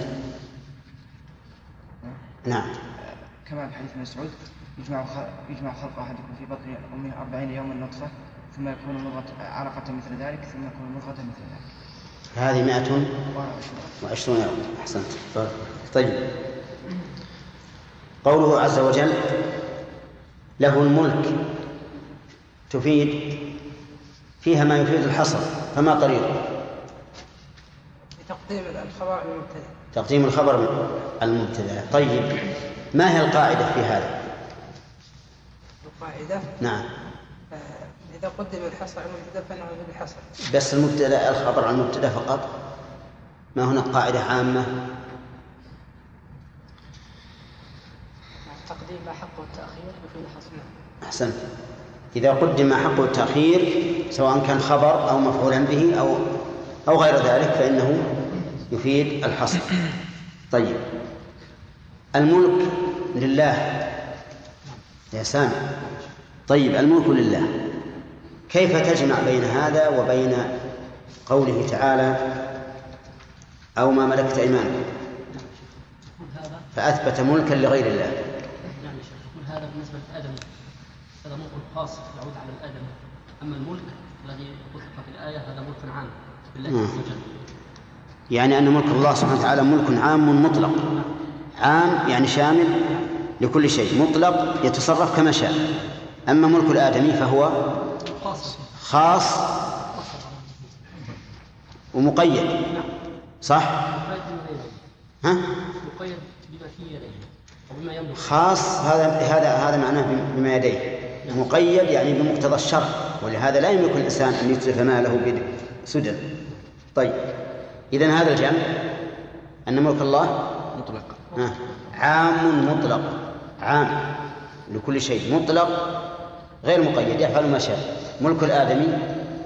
نعم. كما في حديث ابن مسعود: يجمع خلق أحدكم في بطن أمه 40 يوما نطفة ثم يكون علقة مثل ذلك ثم يكون مضغة مثل ذلك. هذه 120 يوم. أحسنت. طيب. قوله عز وجل له الملك تفيد فيها ما يفيد الحصر، فما طريقه؟ تقديم الخبر المبتدأ. طيب، ما هي القاعدة في هذا؟ القاعدة؟ نعم. إذا قدم الحصر على المبتدأ فإنه يفيد الحصر. بس المبتدأ الخبر عن المبتدأ فقط؟ ما هناك قاعدة عامة؟ تقديم ما حقه التأخير يفيد الحصر. أحسنت. إذا قدم ما حقه التأخير سواء كان خبر أو مفعولا به أو غير ذلك فإنه يفيد الحصر. طيب، الملك لله يا سامي. طيب، الملك لله، كيف تجمع بين هذا وبين قوله تعالى أو ما ملكت أيمانكم فأثبت ملكا لغير الله؟ يعني يقول هذا بالنسبة لآدم هذا ملك خاص يعود على الآدم، أما الملك الذي أطلق في الآية هذا ملك عام بالله عز وجل. يعني أن ملك الله سبحانه وتعالى ملك عام مطلق. عام يعني شامل لكل شيء، مطلق يتصرف كما شاء. أما ملك الآدمي فهو خاص ومقيد. صح؟ ها؟ مقيد بما في يديه وبما يملك. خاص هذا معناه بما يديه. مقيد يعني بمقتضى الشرع، ولهذا لا يملك الإنسان أن يتلف ماله بسدى. طيب، إذن هذا الجمع أن ملك الله مطلق عام مطلق، عام لكل شيء، مطلق غير مقيد، يفعل ما شاء. ملك الآدمي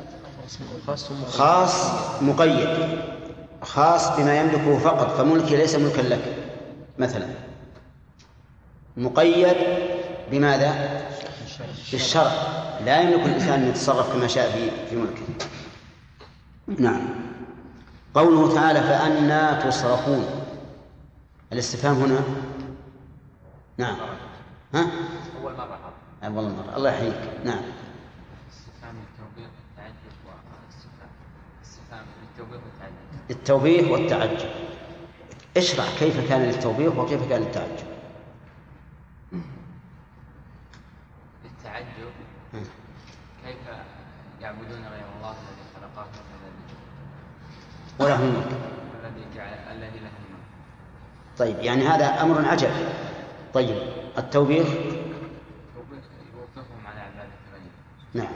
خاص مقيد، خاص بما يملكه فقط، فملكي ليس ملكا لك مثلا. مقيد بماذا؟ بالشرع، لا يملك الإنسان أن يتصرف كما شاء في ملكه. نعم. قوله تعالى فأنى تصرفون، الاستفهام هنا نعم أول مرة الله يحييك. نعم. استفهام التوبيخ والتعجب، واستفهام التوبيخ والتعجب. التوبيخ والتعجب، اشرح كيف كان للتوبيخ وكيف كان للتعجب. التعجب كيف يعبدون غير الله الذي خلقهم وله الملك الذي له الملك. طيب، يعني هذا أمر عجب. طيب، التوبيخ يوبخهم على عبادة غيره. نعم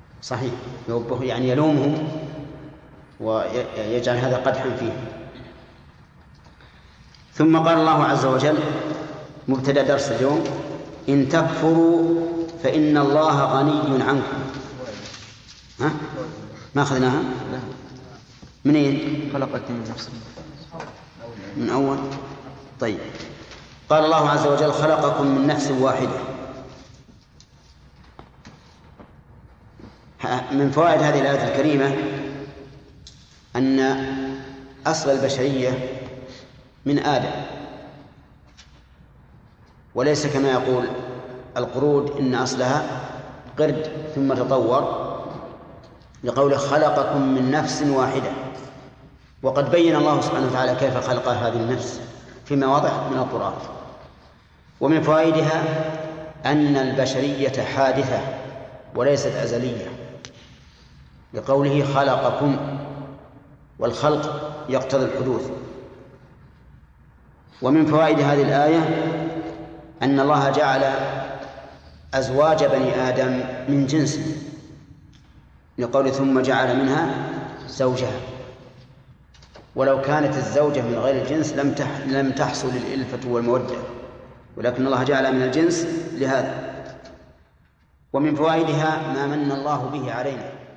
صحيح، يوبخ يعني يلومهم ويجعل هذا قدحا فيه. ثم قال الله عز وجل مبتدأ درس اليوم: إن تكفروا فإن الله غني عنكم. ها؟ ما أخذناها؟ منين؟ خلقكم من نفس من أول. طيب، قال الله عز وجل: خلقكم من نفس واحدة. من فوائد هذه الآية الكريمة أن أصل البشرية من آدم، وليس كما يقول القرود إن أصلها قرد ثم تطور، لقوله خلقكم من نفس واحدة. وقد بين الله سبحانه وتعالى كيف خلق هذه النفس في مواضع من القرآن. ومن فوائدها أن البشرية حادثة وليست أزلية، لقوله خلقكم، والخلق يقتضي الحدوث. ومن فوائد هذه الآية أن الله جعل أزواج بني آدم من جنس، لقوله ثم جعل منها زوجها. ولو كانت الزوجة من غير الجنس لم تحصل الإلفة والمودة، ولكن الله جعل من الجنس لهذا. ومن فوائدها ما من الله به علينا